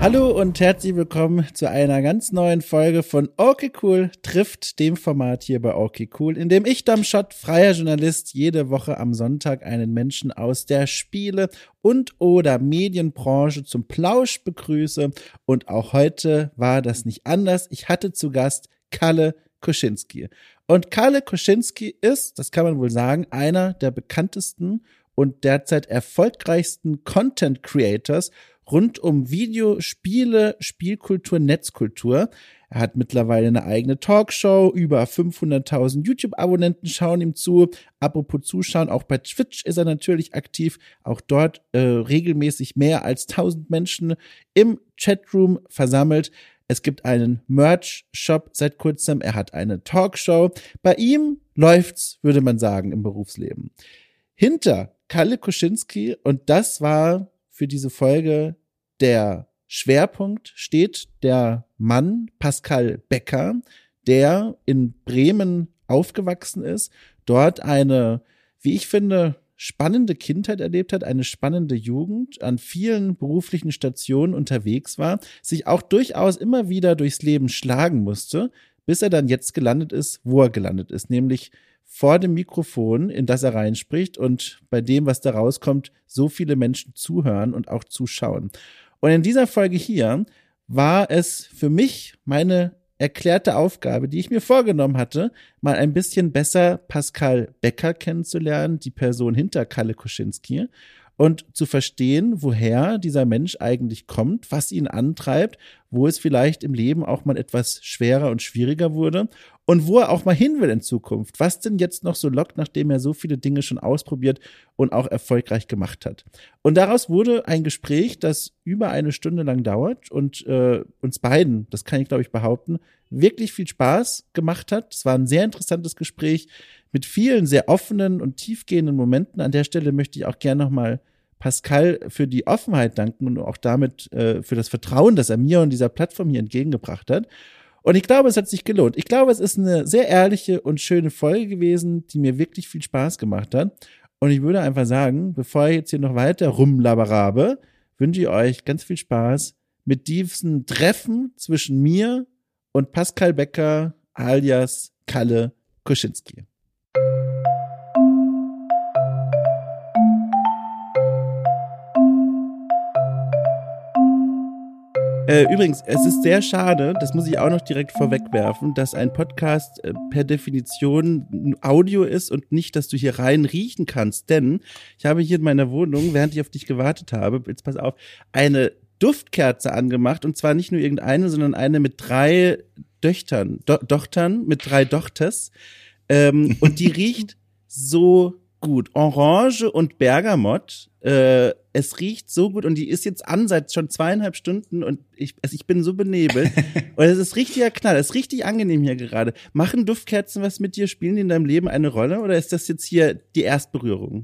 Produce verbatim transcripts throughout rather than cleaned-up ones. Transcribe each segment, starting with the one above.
Hallo und herzlich willkommen zu einer ganz neuen Folge von Okay Cool trifft, dem Format hier bei Okay Cool, in dem ich, Dom Schott, freier Journalist, jede Woche am Sonntag einen Menschen aus der Spiele- und oder Medienbranche zum Plausch begrüße. Und auch heute war das nicht anders. Ich hatte zu Gast Kalle Kuschinski. Und Kalle Kuschinski ist, das kann man wohl sagen, einer der bekanntesten und derzeit erfolgreichsten Content Creators rund um Videospiele, Spielkultur, Netzkultur. Er hat mittlerweile eine eigene Talkshow, über fünfhunderttausend YouTube-Abonnenten schauen ihm zu. Apropos Zuschauen, auch bei Twitch ist er natürlich aktiv. Auch dort äh, regelmäßig mehr als tausend Menschen im Chatroom versammelt. Es gibt einen Merch-Shop seit kurzem. Er hat eine Talkshow. Bei ihm läuft's, würde man sagen, im Berufsleben. Hinter Kalle Kuschinski, und das war für diese Folge der Schwerpunkt, steht der Mann Pascal Becker, der in Bremen aufgewachsen ist, dort eine, wie ich finde, spannende Kindheit erlebt hat, eine spannende Jugend, an vielen beruflichen Stationen unterwegs war, sich auch durchaus immer wieder durchs Leben schlagen musste, bis er dann jetzt gelandet ist, wo er gelandet ist, nämlich vor dem Mikrofon, in das er reinspricht und bei dem, was da rauskommt, so viele Menschen zuhören und auch zuschauen. Und in dieser Folge hier war es für mich meine erklärte Aufgabe, die ich mir vorgenommen hatte, mal ein bisschen besser Pascal Becker kennenzulernen, die Person hinter Kalle Kuschinski, und zu verstehen, woher dieser Mensch eigentlich kommt, was ihn antreibt, wo es vielleicht im Leben auch mal etwas schwerer und schwieriger wurde und wo er auch mal hin will in Zukunft, was denn jetzt noch so lockt, nachdem er so viele Dinge schon ausprobiert und auch erfolgreich gemacht hat. Und daraus wurde ein Gespräch, das über eine Stunde lang dauert und äh, uns beiden, das kann ich glaube ich behaupten, wirklich viel Spaß gemacht hat. Es war ein sehr interessantes Gespräch mit vielen sehr offenen und tiefgehenden Momenten. An der Stelle möchte ich auch gerne nochmal Pascal für die Offenheit danken und auch damit äh, für das Vertrauen, das er mir und dieser Plattform hier entgegengebracht hat. Und ich glaube, es hat sich gelohnt. Ich glaube, es ist eine sehr ehrliche und schöne Folge gewesen, die mir wirklich viel Spaß gemacht hat. Und ich würde einfach sagen, bevor ich jetzt hier noch weiter rumlaberabe, wünsche ich euch ganz viel Spaß mit diesem Treffen zwischen mir und Pascal Becker alias Kalle Kuschinski. Äh, übrigens, es ist sehr schade, das muss ich auch noch direkt vorwegwerfen, dass ein Podcast äh, per Definition Audio ist und nicht, dass du hier rein riechen kannst. Denn ich habe hier in meiner Wohnung, während ich auf dich gewartet habe, jetzt pass auf, eine Duftkerze angemacht. Und zwar nicht nur irgendeine, sondern eine mit drei Töchtern, Do- Dochtern, mit drei Dochters. Ähm, und die riecht so gut. Orange und Bergamott. Äh, es riecht so gut und die ist jetzt an seit schon zweieinhalb Stunden und ich, also ich bin so benebelt. Und es ist richtiger Knall. Es ist richtig angenehm hier gerade. Machen Duftkerzen was mit dir? Spielen die in deinem Leben eine Rolle oder ist das jetzt hier die Erstberührung?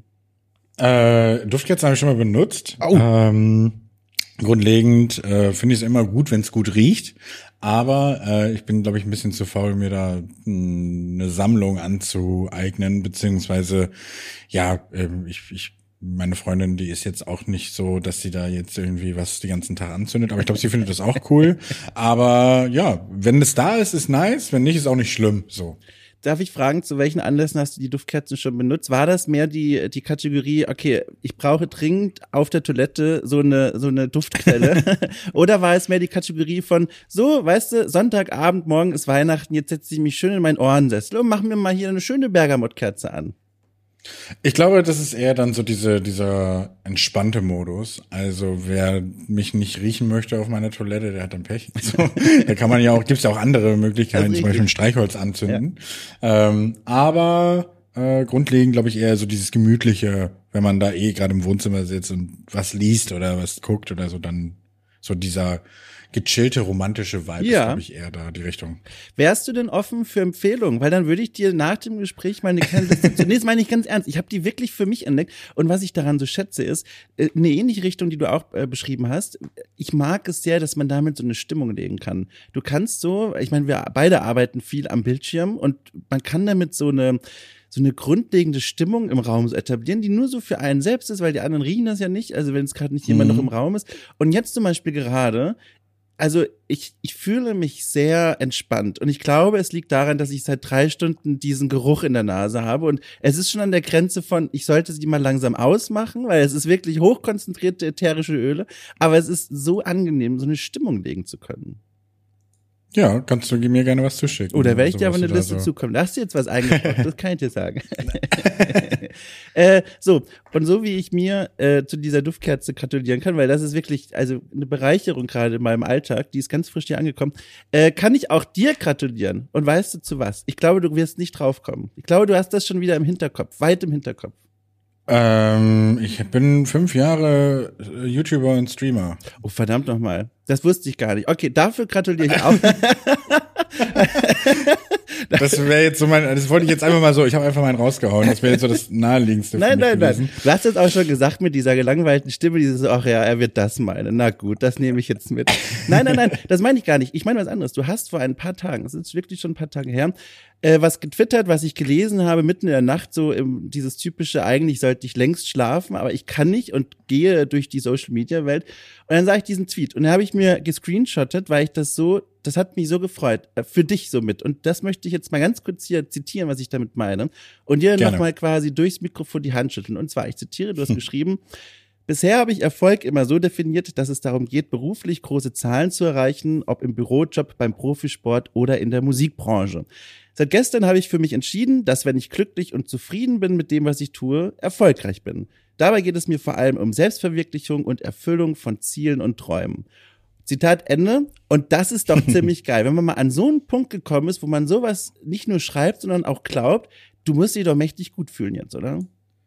Äh, Duftkerzen habe ich schon mal benutzt. Oh. Ähm, grundlegend äh, finde ich es immer gut, wenn es gut riecht. Aber äh, ich bin, glaube ich, ein bisschen zu faul, mir da mh, eine Sammlung anzueignen, beziehungsweise ja, äh, ich, ich meine Freundin, die ist jetzt auch nicht so, dass sie da jetzt irgendwie was den ganzen Tag anzündet, aber ich glaube, sie findet das auch cool. Aber ja, wenn es da ist, ist nice, wenn nicht, ist auch nicht schlimm, so. Darf ich fragen, zu welchen Anlässen hast du die Duftkerzen schon benutzt? War das mehr die die Kategorie, okay, ich brauche dringend auf der Toilette so eine so eine Duftquelle? Oder war es mehr die Kategorie von, so, weißt du, Sonntagabend, morgen ist Weihnachten, jetzt setze ich mich schön in meinen Ohrensessel und mach mir mal hier eine schöne Bergamottkerze an? Ich glaube, das ist eher dann so diese dieser entspannte Modus. Also wer mich nicht riechen möchte auf meiner Toilette, der hat dann Pech. So, da kann man ja auch, gibt's ja auch andere Möglichkeiten, zum Beispiel ein Streichholz anzünden. Ja. Ähm, aber äh, grundlegend glaube ich eher so dieses gemütliche, wenn man da eh gerade im Wohnzimmer sitzt und was liest oder was guckt oder so, dann so dieser gechillte, romantische Vibe ja. ist, glaube ich, eher da die Richtung. Wärst du denn offen für Empfehlungen? Weil dann würde ich dir nach dem Gespräch meine kleine Liste, zunächst meine ich ganz ernst, ich habe die wirklich für mich entdeckt und was ich daran so schätze ist, eine ähnliche Richtung, die du auch äh, beschrieben hast, ich mag es sehr, dass man damit so eine Stimmung legen kann. Du kannst so, ich meine, wir beide arbeiten viel am Bildschirm und man kann damit so eine so eine grundlegende Stimmung im Raum so etablieren, die nur so für einen selbst ist, weil die anderen riechen das ja nicht, also wenn es gerade nicht jemand mhm. noch im Raum ist. Und jetzt zum Beispiel gerade, also ich, ich fühle mich sehr entspannt und ich glaube, es liegt daran, dass ich seit drei Stunden diesen Geruch in der Nase habe und es ist schon an der Grenze von, ich sollte sie mal langsam ausmachen, weil es ist wirklich hochkonzentrierte ätherische Öle, aber es ist so angenehm, so eine Stimmung legen zu können. Ja, kannst du mir gerne was zuschicken. Oder werde ich dir aber eine Liste so zukommen. Da hast du jetzt was eingebracht, das kann ich dir sagen. äh, so, und so wie ich mir äh, zu dieser Duftkerze gratulieren kann, weil das ist wirklich also eine Bereicherung gerade in meinem Alltag, die ist ganz frisch hier angekommen, äh, kann ich auch dir gratulieren. Und weißt du zu was? Ich glaube, du wirst nicht draufkommen. Ich glaube, du hast das schon wieder im Hinterkopf, weit im Hinterkopf. Ähm, ich bin fünf Jahre YouTuber und Streamer. Oh, verdammt nochmal. Das wusste ich gar nicht. Okay, dafür gratuliere ich auch. Das wäre jetzt so mein, das wollte ich jetzt einfach mal so, ich habe einfach mal einen rausgehauen. Das wäre jetzt so das naheliegendste. Nein, nein, nein. Du hast jetzt auch schon gesagt mit dieser gelangweilten Stimme, dieses, ach ja, er wird das meinen. Na gut, das nehme ich jetzt mit. Nein, nein, nein, das meine ich gar nicht. Ich meine was anderes. Du hast vor ein paar Tagen, das ist wirklich schon ein paar Tage her, äh, was getwittert, was ich gelesen habe, mitten in der Nacht, so im, dieses typische, eigentlich sollte ich längst schlafen, aber ich kann nicht und gehe durch die Social-Media-Welt. Und dann sah ich diesen Tweet und den habe ich mir gescreenshottet, weil ich das so, das hat mich so gefreut, äh, für dich so mit. Und das möchte ich jetzt mal ganz kurz hier zitieren, was ich damit meine. Und dir nochmal quasi durchs Mikrofon die Hand schütteln. Und zwar, ich zitiere, du hast hm. geschrieben, bisher habe ich Erfolg immer so definiert, dass es darum geht, beruflich große Zahlen zu erreichen, ob im Bürojob, beim Profisport oder in der Musikbranche. Seit gestern habe ich für mich entschieden, dass wenn ich glücklich und zufrieden bin mit dem, was ich tue, erfolgreich bin. Dabei geht es mir vor allem um Selbstverwirklichung und Erfüllung von Zielen und Träumen. Zitat Ende. Und das ist doch ziemlich geil. Wenn man mal an so einen Punkt gekommen ist, wo man sowas nicht nur schreibt, sondern auch glaubt, du musst dich doch mächtig gut fühlen jetzt, oder?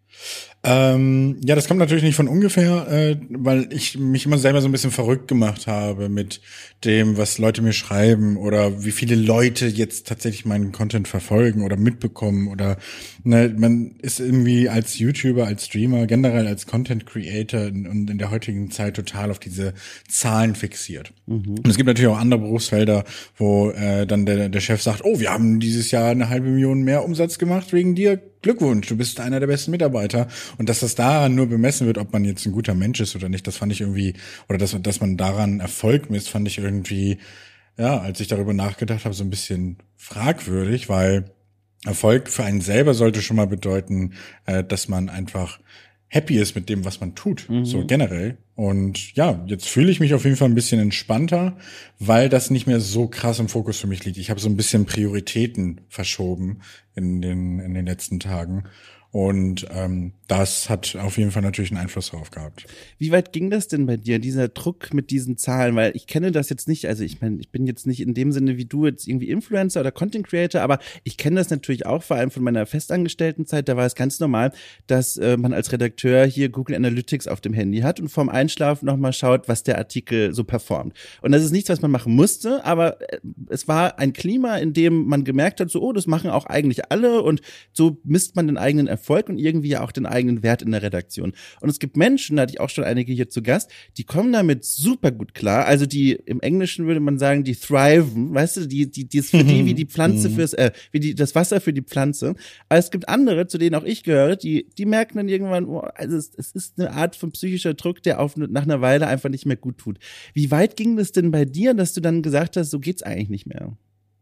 Ähm, ja, das kommt natürlich nicht von ungefähr, äh, weil ich mich immer selber so ein bisschen verrückt gemacht habe mit dem, was Leute mir schreiben oder wie viele Leute jetzt tatsächlich meinen Content verfolgen oder mitbekommen oder ne, man ist irgendwie als YouTuber, als Streamer, generell als Content Creator und in, in der heutigen Zeit total auf diese Zahlen fixiert. Mhm. Und es gibt natürlich auch andere Berufsfelder, wo äh, dann der, der Chef sagt, oh, wir haben dieses Jahr eine halbe Million mehr Umsatz gemacht wegen dir. Glückwunsch, du bist einer der besten Mitarbeiter. Und dass das daran nur bemessen wird, ob man jetzt ein guter Mensch ist oder nicht, das fand ich irgendwie, oder dass, dass man daran Erfolg misst, fand ich irgendwie, ja, als ich darüber nachgedacht habe, so ein bisschen fragwürdig, weil Erfolg für einen selber sollte schon mal bedeuten, äh, dass man einfach happy ist mit dem, was man tut, mhm. so generell. Und ja, jetzt fühle ich mich auf jeden Fall ein bisschen entspannter, weil das nicht mehr so krass im Fokus für mich liegt. Ich habe so ein bisschen Prioritäten verschoben in den in den letzten Tagen. Und ähm, das hat auf jeden Fall natürlich einen Einfluss darauf gehabt. Wie weit ging das denn bei dir, dieser Druck mit diesen Zahlen? Weil ich kenne das jetzt nicht, also ich meine, ich bin jetzt nicht in dem Sinne wie du jetzt irgendwie Influencer oder Content Creator, aber ich kenne das natürlich auch vor allem von meiner festangestellten Zeit. Da war es ganz normal, dass äh, man als Redakteur hier Google Analytics auf dem Handy hat und vorm Einschlafen nochmal schaut, was der Artikel so performt. Und das ist nichts, was man machen musste, aber äh, es war ein Klima, in dem man gemerkt hat, so, oh, das machen auch eigentlich alle und so misst man den eigenen Erfolg. Erfolg und irgendwie auch den eigenen Wert in der Redaktion. Und es gibt Menschen, da hatte ich auch schon einige hier zu Gast, die kommen damit super gut klar. Also die, im Englischen würde man sagen, die thriven, weißt du, die, die, die ist für die wie die Pflanze fürs, äh, wie die, das Wasser für die Pflanze. Aber es gibt andere, zu denen auch ich gehöre, die, die merken dann irgendwann, oh, also es, es ist eine Art von psychischer Druck, der auf, nach einer Weile einfach nicht mehr gut tut. Wie weit ging das denn bei dir, dass du dann gesagt hast, so geht's eigentlich nicht mehr?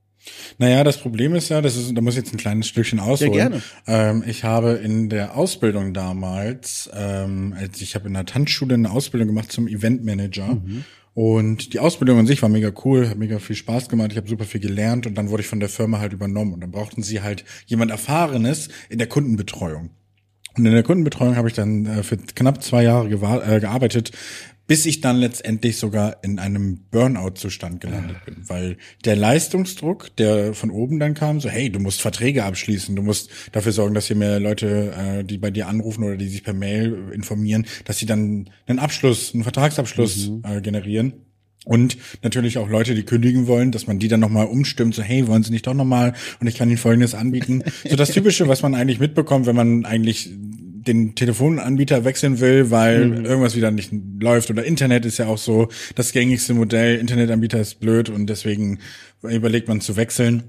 Naja, das Problem ist ja, das ist, da muss ich jetzt ein kleines Stückchen ausholen. Ja, gerne. Ähm, ich habe in der Ausbildung damals, ähm, also ich habe in der Tanzschule eine Ausbildung gemacht zum Eventmanager. Mhm. Und die Ausbildung an sich war mega cool, hat mega viel Spaß gemacht, ich habe super viel gelernt und dann wurde ich von der Firma halt übernommen. Und dann brauchten sie halt jemand Erfahrenes in der Kundenbetreuung. Und in der Kundenbetreuung habe ich dann äh, für knapp zwei Jahre gewa- äh, gearbeitet, bis ich dann letztendlich sogar in einem Burnout-Zustand gelandet bin, weil der Leistungsdruck, der von oben dann kam, so hey, du musst Verträge abschließen, du musst dafür sorgen, dass hier mehr Leute, äh, die bei dir anrufen oder die sich per Mail informieren, dass sie dann einen Abschluss, einen Vertragsabschluss mhm. äh, generieren. Und natürlich auch Leute, die kündigen wollen, dass man die dann nochmal umstimmt, so hey, wollen Sie nicht doch nochmal und ich kann Ihnen Folgendes anbieten. So das Typische, was man eigentlich mitbekommt, wenn man eigentlich den Telefonanbieter wechseln will, weil mhm. irgendwas wieder nicht läuft. Oder Internet ist ja auch so das gängigste Modell. Internetanbieter ist blöd und deswegen überlegt man zu wechseln.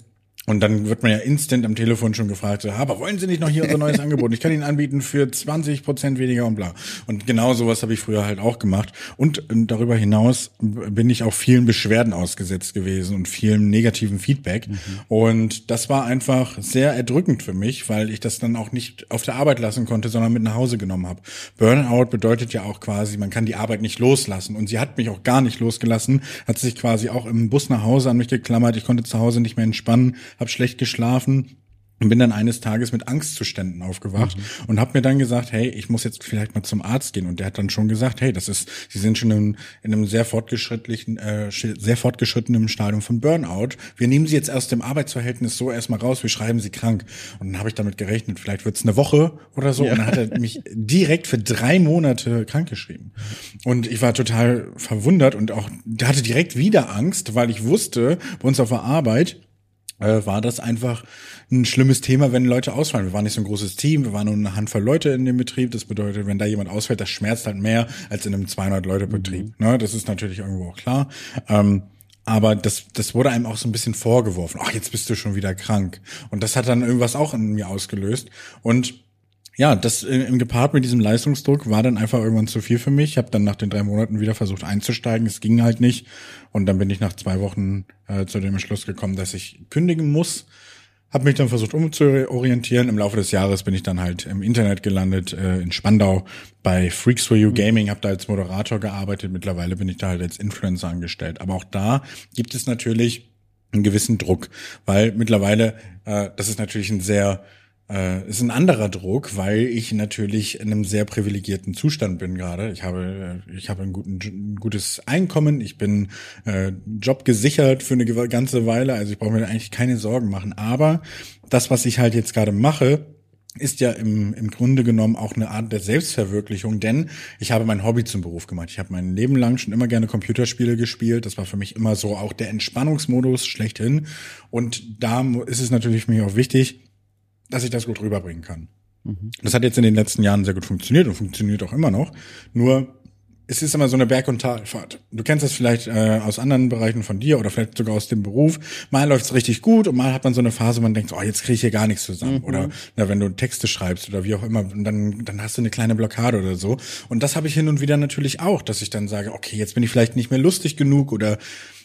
Und dann wird man ja instant am Telefon schon gefragt, so, aber wollen Sie nicht noch hier unser neues Angebot? Ich kann Ihnen anbieten für zwanzig Prozent weniger und bla. Und genau sowas habe ich früher halt auch gemacht. Und darüber hinaus bin ich auch vielen Beschwerden ausgesetzt gewesen und vielen negativen Feedback. Mhm. Und das war einfach sehr erdrückend für mich, weil ich das dann auch nicht auf der Arbeit lassen konnte, sondern mit nach Hause genommen habe. Burnout bedeutet ja auch quasi, man kann die Arbeit nicht loslassen. Und sie hat mich auch gar nicht losgelassen, hat sich quasi auch im Bus nach Hause an mich geklammert. Ich konnte zu Hause nicht mehr entspannen, habe schlecht geschlafen und bin dann eines Tages mit Angstzuständen aufgewacht mhm. und habe mir dann gesagt, hey, ich muss jetzt vielleicht mal zum Arzt gehen. Und der hat dann schon gesagt, hey, das ist, Sie sind schon in, in einem sehr fortgeschrittlichen, äh, sehr fortgeschrittenen Stadium von Burnout. Wir nehmen Sie jetzt aus dem Arbeitsverhältnis so erstmal raus, wir schreiben Sie krank. Und dann habe ich damit gerechnet, vielleicht wird's eine Woche oder so. Ja. Und dann hat er mich direkt für drei Monate krankgeschrieben. Und ich war total verwundert und auch, der hatte direkt wieder Angst, weil ich wusste, bei uns auf der Arbeit, Äh, war das einfach ein schlimmes Thema, wenn Leute ausfallen. Wir waren nicht so ein großes Team, wir waren nur eine Handvoll Leute in dem Betrieb. Das bedeutet, wenn da jemand ausfällt, das schmerzt halt mehr als in einem zweihundert-Leute-Betrieb. Mhm. Ne, das ist natürlich irgendwo auch klar. Ähm, aber das, das wurde einem auch so ein bisschen vorgeworfen. Ach, jetzt bist du schon wieder krank. Und das hat dann irgendwas auch in mir ausgelöst. Und ja, das im Gepaart mit diesem Leistungsdruck war dann einfach irgendwann zu viel für mich. Ich habe dann nach den drei Monaten wieder versucht einzusteigen. Es ging halt nicht. Und dann bin ich nach zwei Wochen äh, zu dem Entschluss gekommen, dass ich kündigen muss. Habe mich dann versucht umzuorientieren. Im Laufe des Jahres bin ich dann halt im Internet gelandet, äh, in Spandau bei Freaks for You Gaming, habe da als Moderator gearbeitet. Mittlerweile bin ich da halt als Influencer angestellt. Aber auch da gibt es natürlich einen gewissen Druck, weil mittlerweile, äh, das ist natürlich ein sehr Äh, ist ein anderer Druck, weil ich natürlich in einem sehr privilegierten Zustand bin gerade. Ich habe, ich habe ein, guten, ein gutes Einkommen, ich bin äh, Job gesichert für eine ganze Weile, also ich brauche mir eigentlich keine Sorgen machen. Aber das, was ich halt jetzt gerade mache, ist ja im, im Grunde genommen auch eine Art der Selbstverwirklichung, denn ich habe mein Hobby zum Beruf gemacht. Ich habe mein Leben lang schon immer gerne Computerspiele gespielt. Das war für mich immer so auch der Entspannungsmodus schlechthin. Und da ist es natürlich für mich auch wichtig, dass ich das gut rüberbringen kann. Mhm. Das hat jetzt in den letzten Jahren sehr gut funktioniert und funktioniert auch immer noch. Nur, es ist immer so eine Berg- und Talfahrt. Du kennst das vielleicht äh, aus anderen Bereichen von dir oder vielleicht sogar aus dem Beruf. Mal läuft's richtig gut und mal hat man so eine Phase, wo man denkt, oh, jetzt kriege ich hier gar nichts zusammen. Mhm. Oder na, wenn du Texte schreibst oder wie auch immer, und dann, dann hast du eine kleine Blockade oder so. Und das habe ich hin und wieder natürlich auch, dass ich dann sage, okay, jetzt bin ich vielleicht nicht mehr lustig genug oder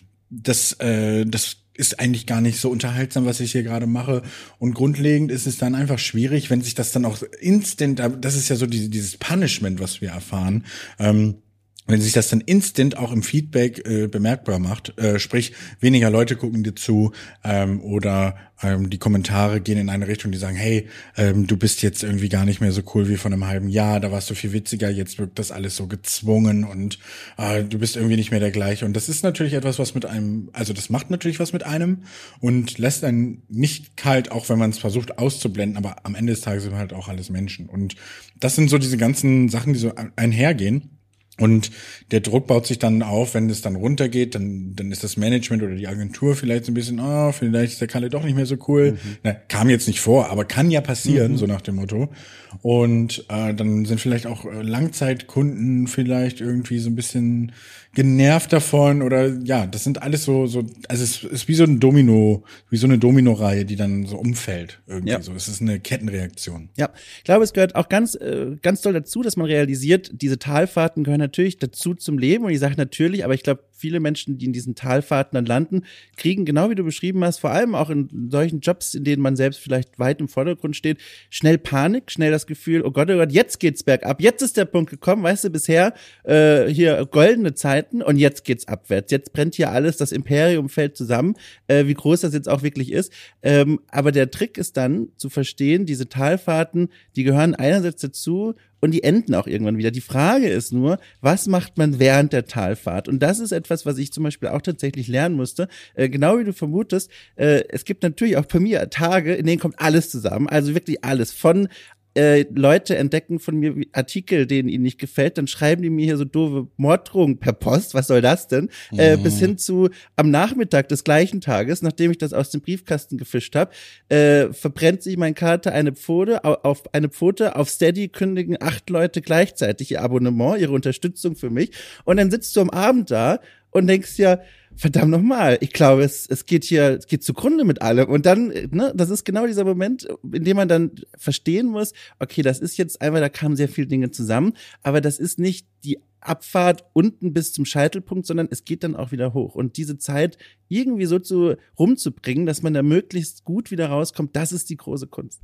das, äh, das ist eigentlich gar nicht so unterhaltsam, was ich hier gerade mache. Und grundlegend ist es dann einfach schwierig, wenn sich das dann auch instant, das ist ja so die, dieses Punishment, was wir erfahren, ähm, wenn sich das dann instant auch im Feedback äh, bemerkbar macht, äh, sprich weniger Leute gucken dir zu ähm, oder ähm, die Kommentare gehen in eine Richtung, die sagen, hey, ähm, du bist jetzt irgendwie gar nicht mehr so cool wie vor einem halben Jahr, da warst du viel witziger, jetzt wirkt das alles so gezwungen und äh, du bist irgendwie nicht mehr der gleiche. Und das ist natürlich etwas, was mit einem, also das macht natürlich was mit einem und lässt einen nicht kalt, auch wenn man es versucht auszublenden, aber am Ende des Tages sind wir halt auch alles Menschen. Und das sind so diese ganzen Sachen, die so einhergehen. Und der Druck baut sich dann auf, wenn es dann runtergeht, dann dann ist das Management oder die Agentur vielleicht so ein bisschen, oh, vielleicht ist der Kalle doch nicht mehr so cool. Mhm. Na, kam jetzt nicht vor, aber kann ja passieren, mhm. so nach dem Motto. Und äh, dann sind vielleicht auch Langzeitkunden vielleicht irgendwie so ein bisschen genervt davon oder ja, das sind alles so so, also es ist wie so ein Domino, wie so eine Domino-Reihe, die dann so umfällt irgendwie ja. so. Es ist eine Kettenreaktion. Ja, ich glaube, es gehört auch ganz äh, ganz doll dazu, dass man realisiert, diese Talfahrten gehören natürlich dazu zum Leben und ich sage natürlich, aber ich glaube, viele Menschen, die in diesen Talfahrten dann landen, kriegen, genau wie du beschrieben hast, vor allem auch in solchen Jobs, in denen man selbst vielleicht weit im Vordergrund steht, schnell Panik, schnell das Gefühl, oh Gott, oh Gott, jetzt geht's bergab, jetzt ist der Punkt gekommen, weißt du, bisher äh, hier goldene Zeiten und jetzt geht's abwärts, jetzt brennt hier alles, das Imperium fällt zusammen, äh, wie groß das jetzt auch wirklich ist, ähm, aber der Trick ist dann zu verstehen, diese Talfahrten, die gehören einerseits dazu und die enden auch irgendwann wieder. Die Frage ist nur, was macht man während der Talfahrt? Und das ist etwas, was ich zum Beispiel auch tatsächlich lernen musste. Äh, genau wie du vermutest, äh, es gibt natürlich auch bei mir Tage, in denen kommt alles zusammen. Also wirklich alles. Von äh, Leute entdecken von mir Artikel, denen ihnen nicht gefällt, dann schreiben die mir hier so doofe Morddrohungen per Post, was soll das denn? Mhm. Äh, bis hin zu am Nachmittag des gleichen Tages, nachdem ich das aus dem Briefkasten gefischt habe, äh, verbrennt sich mein Kater eine Pfote, auf eine Pfote, auf Steady kündigen acht Leute gleichzeitig ihr Abonnement, ihre Unterstützung für mich und dann sitzt du am Abend da und denkst ja, verdammt nochmal, ich glaube, es, es geht hier, es geht zugrunde mit allem. Und dann, ne, das ist genau dieser Moment, in dem man dann verstehen muss, okay, das ist jetzt einmal, da kamen sehr viele Dinge zusammen, aber das ist nicht die Abfahrt unten bis zum Scheitelpunkt, sondern es geht dann auch wieder hoch. Und diese Zeit irgendwie so zu rumzubringen, dass man da möglichst gut wieder rauskommt, das ist die große Kunst.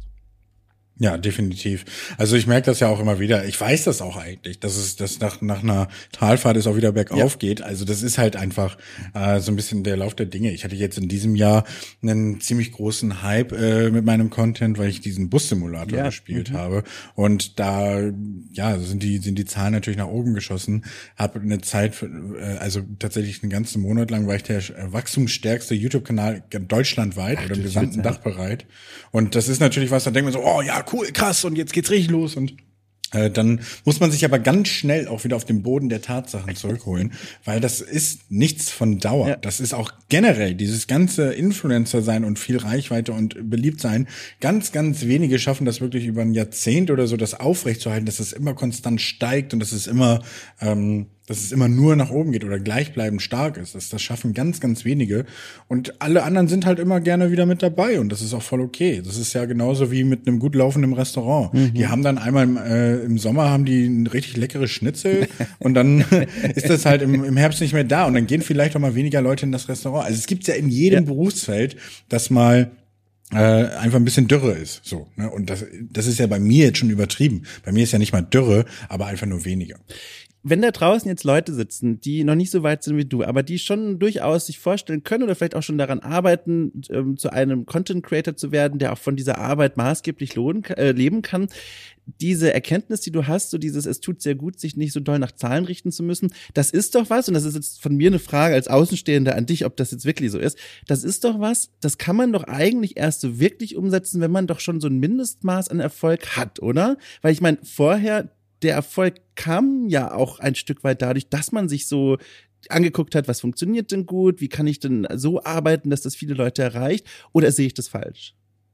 Ja, definitiv. Also ich merke das ja auch immer wieder. Ich weiß das auch eigentlich, dass es dass nach nach einer Talfahrt es auch wieder bergauf ja. geht. Also das ist halt einfach äh, so ein bisschen der Lauf der Dinge. Ich hatte jetzt in diesem Jahr einen ziemlich großen Hype äh, mit meinem Content, weil ich diesen Bussimulator ja. gespielt mhm. habe. Und da ja sind die sind die Zahlen natürlich nach oben geschossen. Habe eine Zeit, äh, also tatsächlich einen ganzen Monat lang war ich der äh, wachstumsstärkste YouTube-Kanal deutschlandweit Ach, oder im gesamten Dachbereich. Und das ist natürlich was, da denkt man so, oh ja, cool, krass, und jetzt geht's richtig los. Und äh, dann muss man sich aber ganz schnell auch wieder auf den Boden der Tatsachen zurückholen, weil das ist nichts von Dauer. Ja. Das ist auch generell dieses ganze Influencer sein und viel Reichweite und beliebt sein. Ganz, ganz wenige schaffen das wirklich über ein Jahrzehnt oder so, das aufrechtzuerhalten, dass es immer konstant steigt und dass es immer ähm, dass es immer nur nach oben geht oder gleichbleibend stark ist. Das, das schaffen ganz, ganz wenige. Und alle anderen sind halt immer gerne wieder mit dabei. Und das ist auch voll okay. Das ist ja genauso wie mit einem gut laufenden Restaurant. Mhm. Die haben dann einmal im, äh, im Sommer haben die ein richtig leckeres Schnitzel und dann ist das halt im, im Herbst nicht mehr da. Und dann gehen vielleicht auch mal weniger Leute in das Restaurant. Also es gibt ja in jedem ja. Berufsfeld, dass mal äh, einfach ein bisschen Dürre ist. So, ne? Und das, das ist ja bei mir jetzt schon übertrieben. Bei mir ist ja nicht mal Dürre, aber einfach nur weniger. Wenn da draußen jetzt Leute sitzen, die noch nicht so weit sind wie du, aber die schon durchaus sich vorstellen können oder vielleicht auch schon daran arbeiten, ähm, zu einem Content Creator zu werden, der auch von dieser Arbeit maßgeblich lohnen, äh, leben kann, diese Erkenntnis, die du hast, so dieses, es tut sehr gut, sich nicht so doll nach Zahlen richten zu müssen, das ist doch was, und das ist jetzt von mir eine Frage als Außenstehender an dich, ob das jetzt wirklich so ist, das ist doch was, das kann man doch eigentlich erst so wirklich umsetzen, wenn man doch schon so ein Mindestmaß an Erfolg hat, oder? Weil ich meine, vorher der Erfolg kam ja auch ein Stück weit dadurch, dass man sich so angeguckt hat, was funktioniert denn gut, wie kann ich denn so arbeiten, dass das viele Leute erreicht, oder sehe ich das falsch?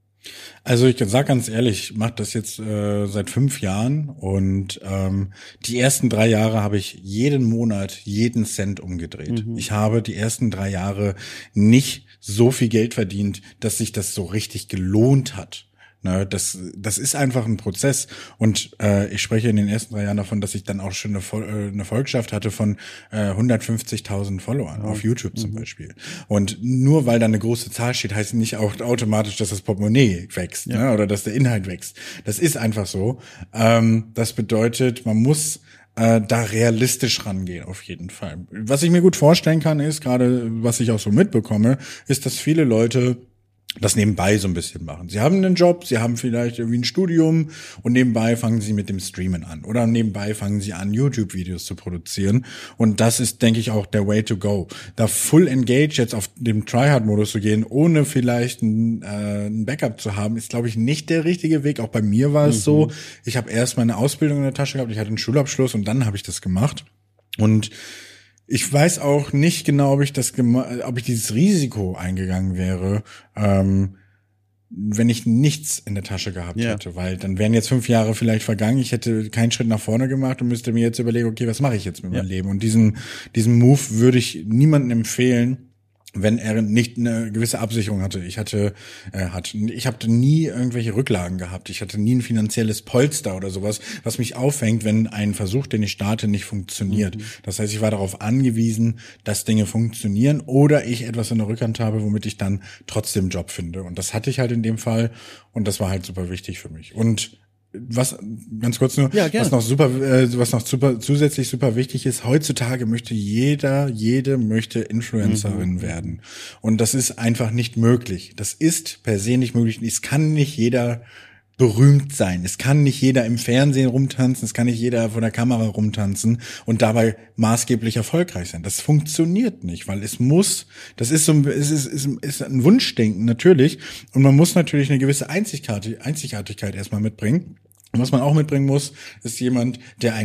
Also ich sag ganz ehrlich, ich mache das jetzt äh, seit fünf Jahren und ähm, die ersten drei Jahre habe ich jeden Monat jeden Cent umgedreht. Mhm. Ich habe die ersten drei Jahre nicht so viel Geld verdient, dass sich das so richtig gelohnt hat. Ne, das, das ist einfach ein Prozess und äh, ich spreche in den ersten drei Jahren davon, dass ich dann auch schon eine, Vol- äh, eine Volkschaft hatte von äh, hundertfünfzigtausend Followern oh. auf YouTube zum mhm. Beispiel. Und nur weil da eine große Zahl steht, heißt nicht auch automatisch, dass das Portemonnaie wächst ja. ne, oder dass der Inhalt wächst. Das ist einfach so. Ähm, das bedeutet, man muss äh, da realistisch rangehen auf jeden Fall. Was ich mir gut vorstellen kann, ist gerade, was ich auch so mitbekomme, ist, dass viele Leute das nebenbei so ein bisschen machen. Sie haben einen Job, sie haben vielleicht irgendwie ein Studium und nebenbei fangen sie mit dem Streamen an. Oder nebenbei fangen sie an, YouTube-Videos zu produzieren. Und das ist, denke ich, auch der way to go. Da full engaged jetzt auf dem Tryhard-Modus zu gehen, ohne vielleicht ein, äh, ein Backup zu haben, ist, glaube ich, nicht der richtige Weg. Auch bei mir war es mhm. so, ich habe erst meine Ausbildung in der Tasche gehabt, ich hatte einen Schulabschluss und dann habe ich das gemacht. Und ich weiß auch nicht genau, ob ich das, gema- ob ich dieses Risiko eingegangen wäre, ähm, wenn ich nichts in der Tasche gehabt ja. hätte, weil dann wären jetzt fünf Jahre vielleicht vergangen. Ich hätte keinen Schritt nach vorne gemacht und müsste mir jetzt überlegen, okay, was mache ich jetzt mit ja. meinem Leben? Und diesen, diesen Move würde ich niemandem empfehlen, wenn er nicht eine gewisse Absicherung hatte. Ich hatte, äh, hat, ich habe nie irgendwelche Rücklagen gehabt. Ich hatte nie ein finanzielles Polster oder sowas, was mich auffängt, wenn ein Versuch, den ich starte, nicht funktioniert. Mhm. Das heißt, ich war darauf angewiesen, dass Dinge funktionieren oder ich etwas in der Rückhand habe, womit ich dann trotzdem Job finde. Und das hatte ich halt in dem Fall und das war halt super wichtig für mich. Und was ganz kurz nur, ja, was noch super, äh, was noch super zusätzlich super wichtig ist: Heutzutage möchte jeder, jede möchte Influencerin mhm. werden, und das ist einfach nicht möglich. Das ist per se nicht möglich. Es kann nicht jeder berühmt sein. Es kann nicht jeder im Fernsehen rumtanzen. Es kann nicht jeder vor der Kamera rumtanzen und dabei maßgeblich erfolgreich sein. Das funktioniert nicht, weil es muss. Das ist so, es ist, ist, ist ein Wunschdenken natürlich, und man muss natürlich eine gewisse Einzigartigkeit, Einzigartigkeit erstmal mitbringen. Und was man auch mitbringen muss, ist jemand, der ein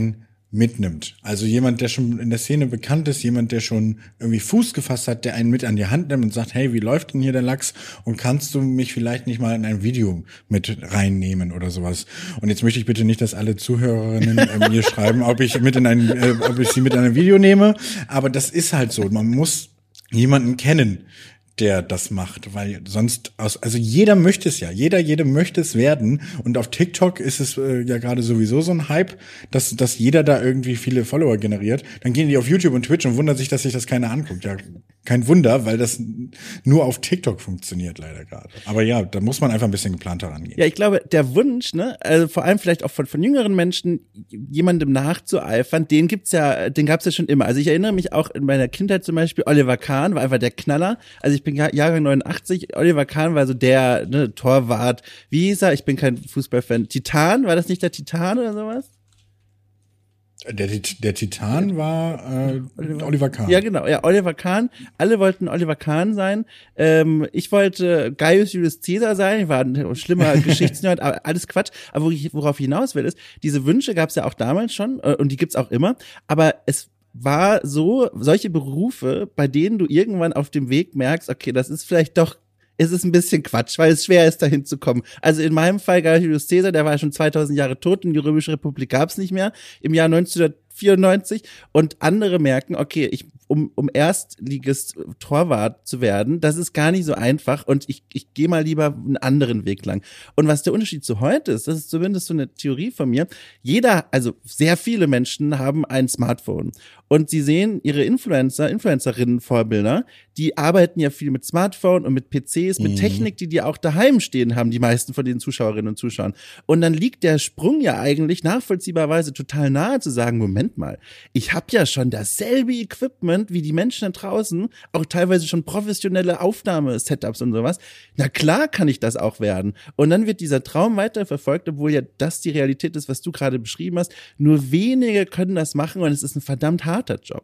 mitnimmt. Also jemand, der schon in der Szene bekannt ist, jemand, der schon irgendwie Fuß gefasst hat, der einen mit an die Hand nimmt und sagt, hey, wie läuft denn hier der Lachs? Und kannst du mich vielleicht nicht mal in ein Video mit reinnehmen oder sowas? Und jetzt möchte ich bitte nicht, dass alle Zuhörerinnen äh, mir schreiben, ob ich mit in ein, äh, ob ich sie mit in ein Video nehme. Aber das ist halt so. Man muss jemanden kennen, der das macht, weil sonst aus, also jeder möchte es ja, jeder, jede möchte es werden und auf TikTok ist es äh, ja gerade sowieso so ein Hype, dass, dass jeder da irgendwie viele Follower generiert, dann gehen die auf YouTube und Twitch und wundern sich, dass sich das keiner anguckt, ja, kein Wunder, weil das nur auf TikTok funktioniert leider gerade. Aber ja, da muss man einfach ein bisschen geplanter rangehen. Ja, ich glaube, der Wunsch, ne, also vor allem vielleicht auch von, von jüngeren Menschen, jemandem nachzueifern, den gibt's ja, den gab's ja schon immer. Also ich erinnere mich auch in meiner Kindheit zum Beispiel, Oliver Kahn war einfach der Knaller. Also ich bin Jahrgang neunundachtzig, Oliver Kahn war so der, ne, Torwart. Wie hieß er? Ich bin kein Fußballfan. Titan? War das nicht der Titan oder sowas? Der, der Titan war äh, Oliver, Oliver Kahn. Ja, genau. Ja, Oliver Kahn. Alle wollten Oliver Kahn sein. Ähm, ich wollte Gaius Julius Caesar sein. Ich war ein schlimmer Geschichtsnerd, aber alles Quatsch. Aber worauf ich hinaus will, ist, diese Wünsche gab es ja auch damals schon äh, und die gibt's auch immer. Aber es war so, solche Berufe, bei denen du irgendwann auf dem Weg merkst, okay, das ist vielleicht doch, es ist ein bisschen Quatsch, weil es schwer ist, dahin zu kommen. Also in meinem Fall, Gaius Julius Caesar, der war schon zweitausend Jahre tot und die Römische Republik gab's nicht mehr im Jahr neunzehnhundertvierundneunzig und andere merken, okay, ich um um Erstligist Torwart zu werden, das ist gar nicht so einfach und ich ich gehe mal lieber einen anderen Weg lang. Und was der Unterschied zu heute ist, das ist zumindest so eine Theorie von mir, jeder, also sehr viele Menschen haben ein Smartphone und sie sehen ihre Influencer, Influencerinnen Vorbilder, die arbeiten ja viel mit Smartphone und mit P Cs, mit mhm. Technik, die die auch daheim stehen haben, die meisten von den Zuschauerinnen und Zuschauern. Und dann liegt der Sprung ja eigentlich nachvollziehbarweise total nahe zu sagen, Moment mal, ich habe ja schon dasselbe Equipment wie die Menschen da draußen, auch teilweise schon professionelle Aufnahmesetups und sowas. Na klar kann ich das auch werden. Und dann wird dieser Traum weiterverfolgt, obwohl ja das die Realität ist, was du gerade beschrieben hast. Nur wenige können das machen und es ist ein verdammt harter Job.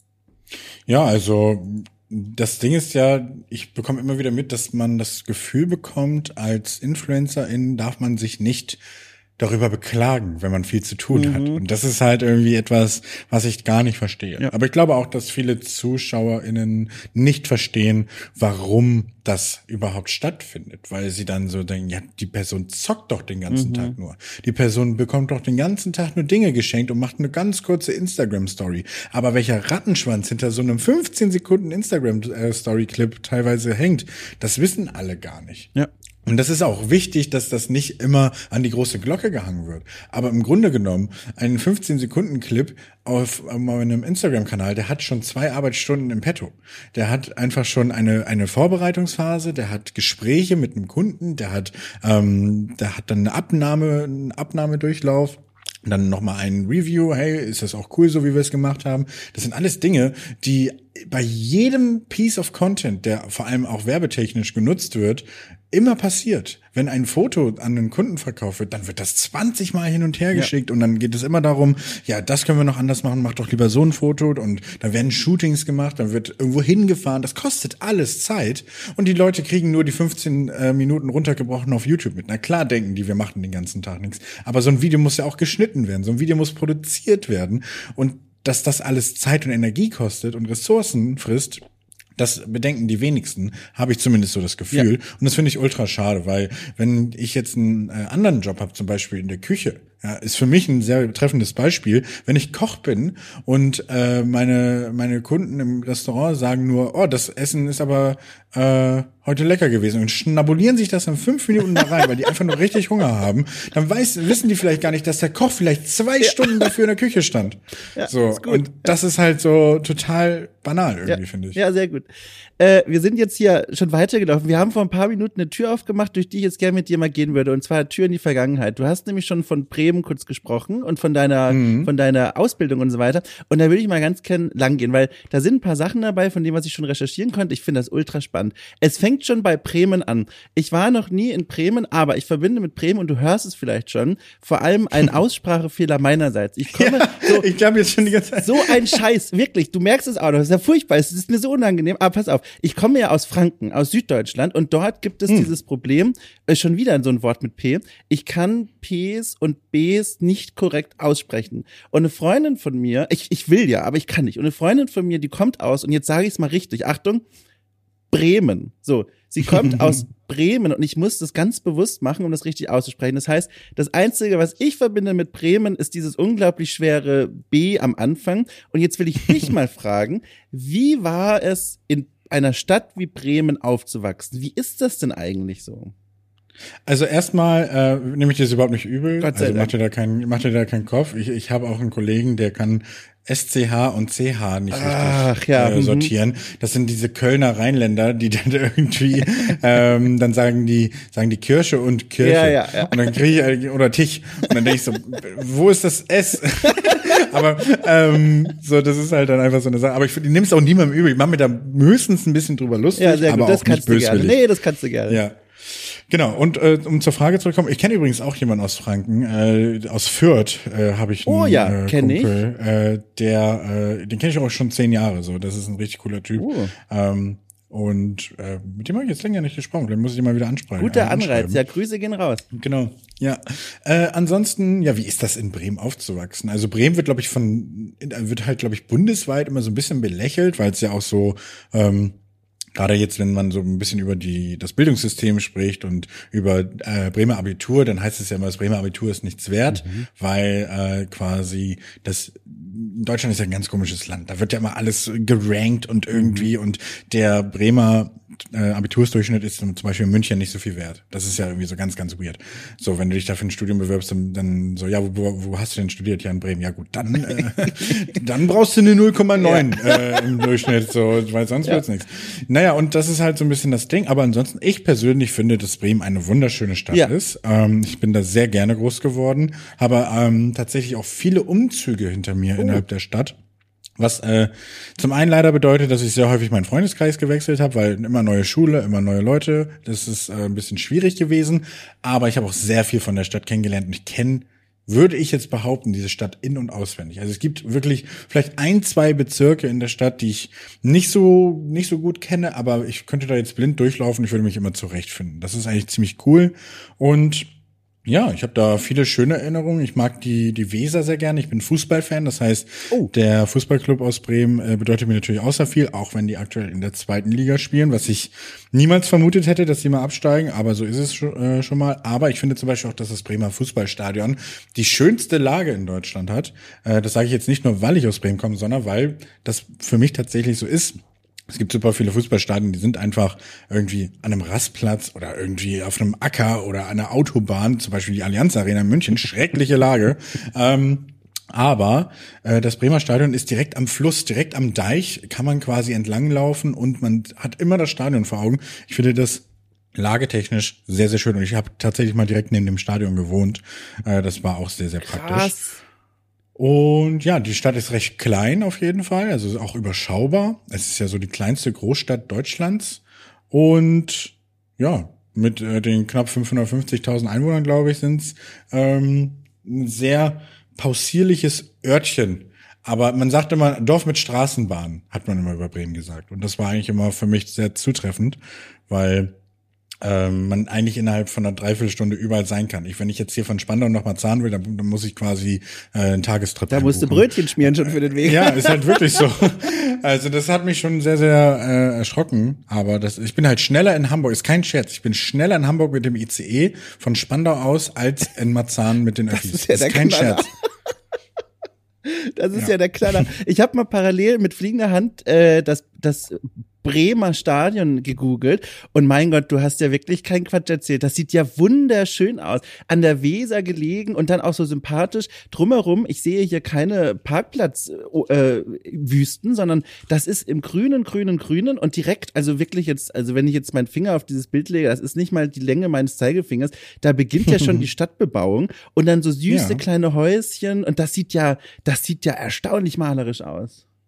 Ja, also das Ding ist ja, ich bekomme immer wieder mit, dass man das Gefühl bekommt, als Influencerin darf man sich nicht darüber beklagen, wenn man viel zu tun mhm. hat. Und das ist halt irgendwie etwas, was ich gar nicht verstehe. Ja. Aber ich glaube auch, dass viele ZuschauerInnen nicht verstehen, warum das überhaupt stattfindet, weil sie dann so denken, ja, die Person zockt doch den ganzen mhm. Tag nur. Die Person bekommt doch den ganzen Tag nur Dinge geschenkt und macht eine ganz kurze Instagram-Story. Aber welcher Rattenschwanz hinter so einem fünfzehn Sekunden Instagram-Story-Clip teilweise hängt, das wissen alle gar nicht. Ja. Und das ist auch wichtig, dass das nicht immer an die große Glocke gehangen wird. Aber im Grunde genommen, ein fünfzehn Sekunden Clip auf, auf einem Instagram-Kanal, der hat schon zwei Arbeitsstunden im Petto. Der hat einfach schon eine eine Vorbereitungsphase, der hat Gespräche mit einem Kunden, der hat ähm, der hat dann eine Abnahme, einen Abnahmedurchlauf. Dann nochmal ein Review, hey, ist das auch cool, so wie wir es gemacht haben? Das sind alles Dinge, die bei jedem Piece of Content, der vor allem auch werbetechnisch genutzt wird, immer passiert. Wenn ein Foto an einen Kunden verkauft wird, dann wird das zwanzig Mal hin und her geschickt ja. und dann geht es immer darum, ja, das können wir noch anders machen, mach doch lieber so ein Foto und dann werden Shootings gemacht, dann wird irgendwo hingefahren, das kostet alles Zeit und die Leute kriegen nur die fünfzehn äh, Minuten runtergebrochen auf YouTube mit. Na klar denken die, wir machen den ganzen Tag nichts, aber so ein Video muss ja auch geschnitten werden, so ein Video muss produziert werden und dass das alles Zeit und Energie kostet und Ressourcen frisst, das bedenken die wenigsten, habe ich zumindest so das Gefühl. Ja. Und das finde ich ultra schade, weil wenn ich jetzt einen äh, anderen Job habe, zum Beispiel in der Küche, ja, ist für mich ein sehr treffendes Beispiel. Wenn ich Koch bin und äh, meine meine Kunden im Restaurant sagen nur, oh, das Essen ist aber äh, heute lecker gewesen und schnabulieren sich das in fünf Minuten da rein, weil die einfach nur richtig Hunger haben, dann weiß, wissen die vielleicht gar nicht, dass der Koch vielleicht zwei ja. Stunden dafür in der Küche stand. Ja, so und ja. das ist halt so total banal irgendwie, ja. finde ich. Ja, sehr gut. Äh, wir sind jetzt hier schon weitergelaufen. Wir haben vor ein paar Minuten eine Tür aufgemacht, durch die ich jetzt gerne mit dir mal gehen würde, und zwar eine Tür in die Vergangenheit. Du hast nämlich schon von Bremen kurz gesprochen und von deiner mhm. von deiner Ausbildung und so weiter. Und da würde ich mal ganz gern lang gehen, weil da sind ein paar Sachen dabei, von denen was ich schon recherchieren konnte. Ich finde das ultra spannend. Es fängt schon bei Bremen an. Ich war noch nie in Bremen, aber ich verbinde mit Bremen, und du hörst es vielleicht schon, vor allem einen Aussprachefehler meinerseits. Ich komme ja, so, ich glaube jetzt schon die ganze Zeit. So ein Scheiß, wirklich. Du merkst es auch noch. Das ist ja furchtbar. Es ist mir so unangenehm. Aber pass auf. Ich komme ja aus Franken, aus Süddeutschland, und dort gibt es hm. dieses Problem, äh, schon wieder so ein Wort mit P. Ich kann Ps und Bs nicht korrekt aussprechen. Und eine Freundin von mir, ich, ich will ja, aber ich kann nicht. Und eine Freundin von mir, die kommt aus, und jetzt sage ich es mal richtig, Achtung, Bremen. So, sie kommt aus Bremen und ich muss das ganz bewusst machen, um das richtig auszusprechen. Das heißt, das Einzige, was ich verbinde mit Bremen, ist dieses unglaublich schwere B am Anfang. Und jetzt will ich dich mal fragen, wie war es, in einer Stadt wie Bremen aufzuwachsen? Wie ist das denn eigentlich so? Also erstmal äh, nehme ich das überhaupt nicht übel. Gott sei also Dank. macht ihr da keinen, macht ihr da keinen Kopf. Ich, ich habe auch einen Kollegen, der kann S C H und C H nicht Ach, richtig ja, äh, mhm. sortieren. Das sind diese Kölner Rheinländer, die dann irgendwie ähm, dann sagen die sagen die Kirsche und Kirche. Ja, ja, ja. Und dann kriege ich oder Tich und dann denke ich so, wo ist das S? Aber ähm, so, das ist halt dann einfach so eine Sache. Aber ich nehme es auch niemandem übel. Ich mache mir da höchstens ein bisschen drüber lustig, Ja, sehr gut, aber das auch nicht kannst du gerne. böswillig. Nee, das kannst du gerne. Ja. Genau, und äh, um zur Frage zurückzukommen, ich kenne übrigens auch jemanden aus Franken, äh, aus Fürth äh, habe ich einen Oh ja, äh, kenn ich. Kumpel, äh, der, äh, den kenne ich auch schon zehn Jahre so, das ist ein richtig cooler Typ. Oh. Ähm, und äh, mit dem habe ich jetzt länger nicht gesprochen, vielleicht muss ich ihn mal wieder ansprechen. Guter äh, Anreiz, anschreiben. ja, Grüße gehen raus. Genau, ja. Äh, ansonsten, ja, wie ist das in Bremen aufzuwachsen? Also Bremen wird, glaube ich, von, wird halt, glaube ich, bundesweit immer so ein bisschen belächelt, weil es ja auch so, ähm, gerade jetzt, wenn man so ein bisschen über die das Bildungssystem spricht und über äh, Bremer Abitur, dann heißt es ja immer, das Bremer Abitur ist nichts wert, mhm. weil äh, quasi das Deutschland ist ja ein ganz komisches Land. Da wird ja immer alles gerankt und irgendwie mhm. und der Bremer äh, Abitursdurchschnitt ist zum Beispiel in München nicht so viel wert. Das ist ja irgendwie so ganz, ganz weird. So, wenn du dich da für ein Studium bewirbst, dann, dann so, ja, wo, wo hast du denn studiert? Ja, in Bremen. Ja gut, dann äh, dann brauchst du eine null Komma neun ja. äh, im Durchschnitt, so, weil sonst ja. wird's nichts. Naja, und das ist halt so ein bisschen das Ding. Aber ansonsten, ich persönlich finde, dass Bremen eine wunderschöne Stadt ja. ist. Ähm, ich bin da sehr gerne groß geworden, habe ähm, tatsächlich auch viele Umzüge hinter mir oh. innerhalb der Stadt. Was äh, zum einen leider bedeutet, dass ich sehr häufig meinen Freundeskreis gewechselt habe, weil immer neue Schule, immer neue Leute. Das ist äh, ein bisschen schwierig gewesen. Aber ich habe auch sehr viel von der Stadt kennengelernt und ich kenne, würde ich jetzt behaupten, diese Stadt in- und auswendig. Also es gibt wirklich vielleicht ein, zwei Bezirke in der Stadt, die ich nicht so nicht so gut kenne, aber ich könnte da jetzt blind durchlaufen. Ich würde mich immer zurechtfinden. Das ist eigentlich ziemlich cool. Und ja, ich habe da viele schöne Erinnerungen. Ich mag die die Weser sehr gerne. Ich bin Fußballfan. Das heißt, oh. der Fußballclub aus Bremen äh, bedeutet mir natürlich außer viel, auch wenn die aktuell in der zweiten Liga spielen, was ich niemals vermutet hätte, dass sie mal absteigen. Aber so ist es schon, äh, schon mal. Aber ich finde zum Beispiel auch, dass das Bremer Fußballstadion die schönste Lage in Deutschland hat. Äh, das sage ich jetzt nicht nur, weil ich aus Bremen komme, sondern weil das für mich tatsächlich so ist. Es gibt super viele Fußballstadien, die sind einfach irgendwie an einem Rastplatz oder irgendwie auf einem Acker oder an einer Autobahn, zum Beispiel die Allianz Arena in München, schreckliche Lage. ähm, aber äh, das Bremer Stadion ist direkt am Fluss, direkt am Deich, kann man quasi entlanglaufen und man hat immer das Stadion vor Augen. Ich finde das lagetechnisch sehr, sehr schön und ich habe tatsächlich mal direkt neben dem Stadion gewohnt. Äh, das war auch sehr, sehr Krass. praktisch. Und ja, die Stadt ist recht klein auf jeden Fall, also auch überschaubar. Es ist ja so die kleinste Großstadt Deutschlands. Und ja, mit äh, den knapp fünfhundertfünfzigtausend Einwohnern, glaube ich, sind's ähm, ein sehr possierliches Örtchen. Aber man sagt immer, Dorf mit Straßenbahn, hat man immer über Bremen gesagt. Und das war eigentlich immer für mich sehr zutreffend, weil ähm, man eigentlich innerhalb von einer Dreiviertelstunde überall sein kann. Ich, wenn ich jetzt hier von Spandau nach Marzahn will, dann, dann muss ich quasi äh, einen Tagestrip Da musst du Brötchen schmieren schon für den Weg. Ja, ist halt wirklich so. Also das hat mich schon sehr, sehr äh, erschrocken. Aber das, ich bin halt schneller in Hamburg, ist kein Scherz, ich bin schneller in Hamburg mit dem I C E von Spandau aus als in Marzahn mit den Öffis. Das ist, ja das ist kein Knaller. Scherz. Das ist ja, ja der Knaller. Ich habe mal parallel mit fliegender Hand äh, das das Bremer Stadion gegoogelt und mein Gott, du hast ja wirklich keinen Quatsch erzählt. Das sieht ja wunderschön aus. An der Weser gelegen und dann auch so sympathisch. Drumherum, ich sehe hier keine Parkplatzwüsten, äh, sondern das ist im grünen, grünen, grünen und direkt, also wirklich jetzt, also wenn ich jetzt meinen Finger auf dieses Bild lege, das ist nicht mal die Länge meines Zeigefingers, da beginnt ja schon die Stadtbebauung und dann so süße ja. kleine Häuschen und das sieht ja, das sieht ja erstaunlich malerisch aus.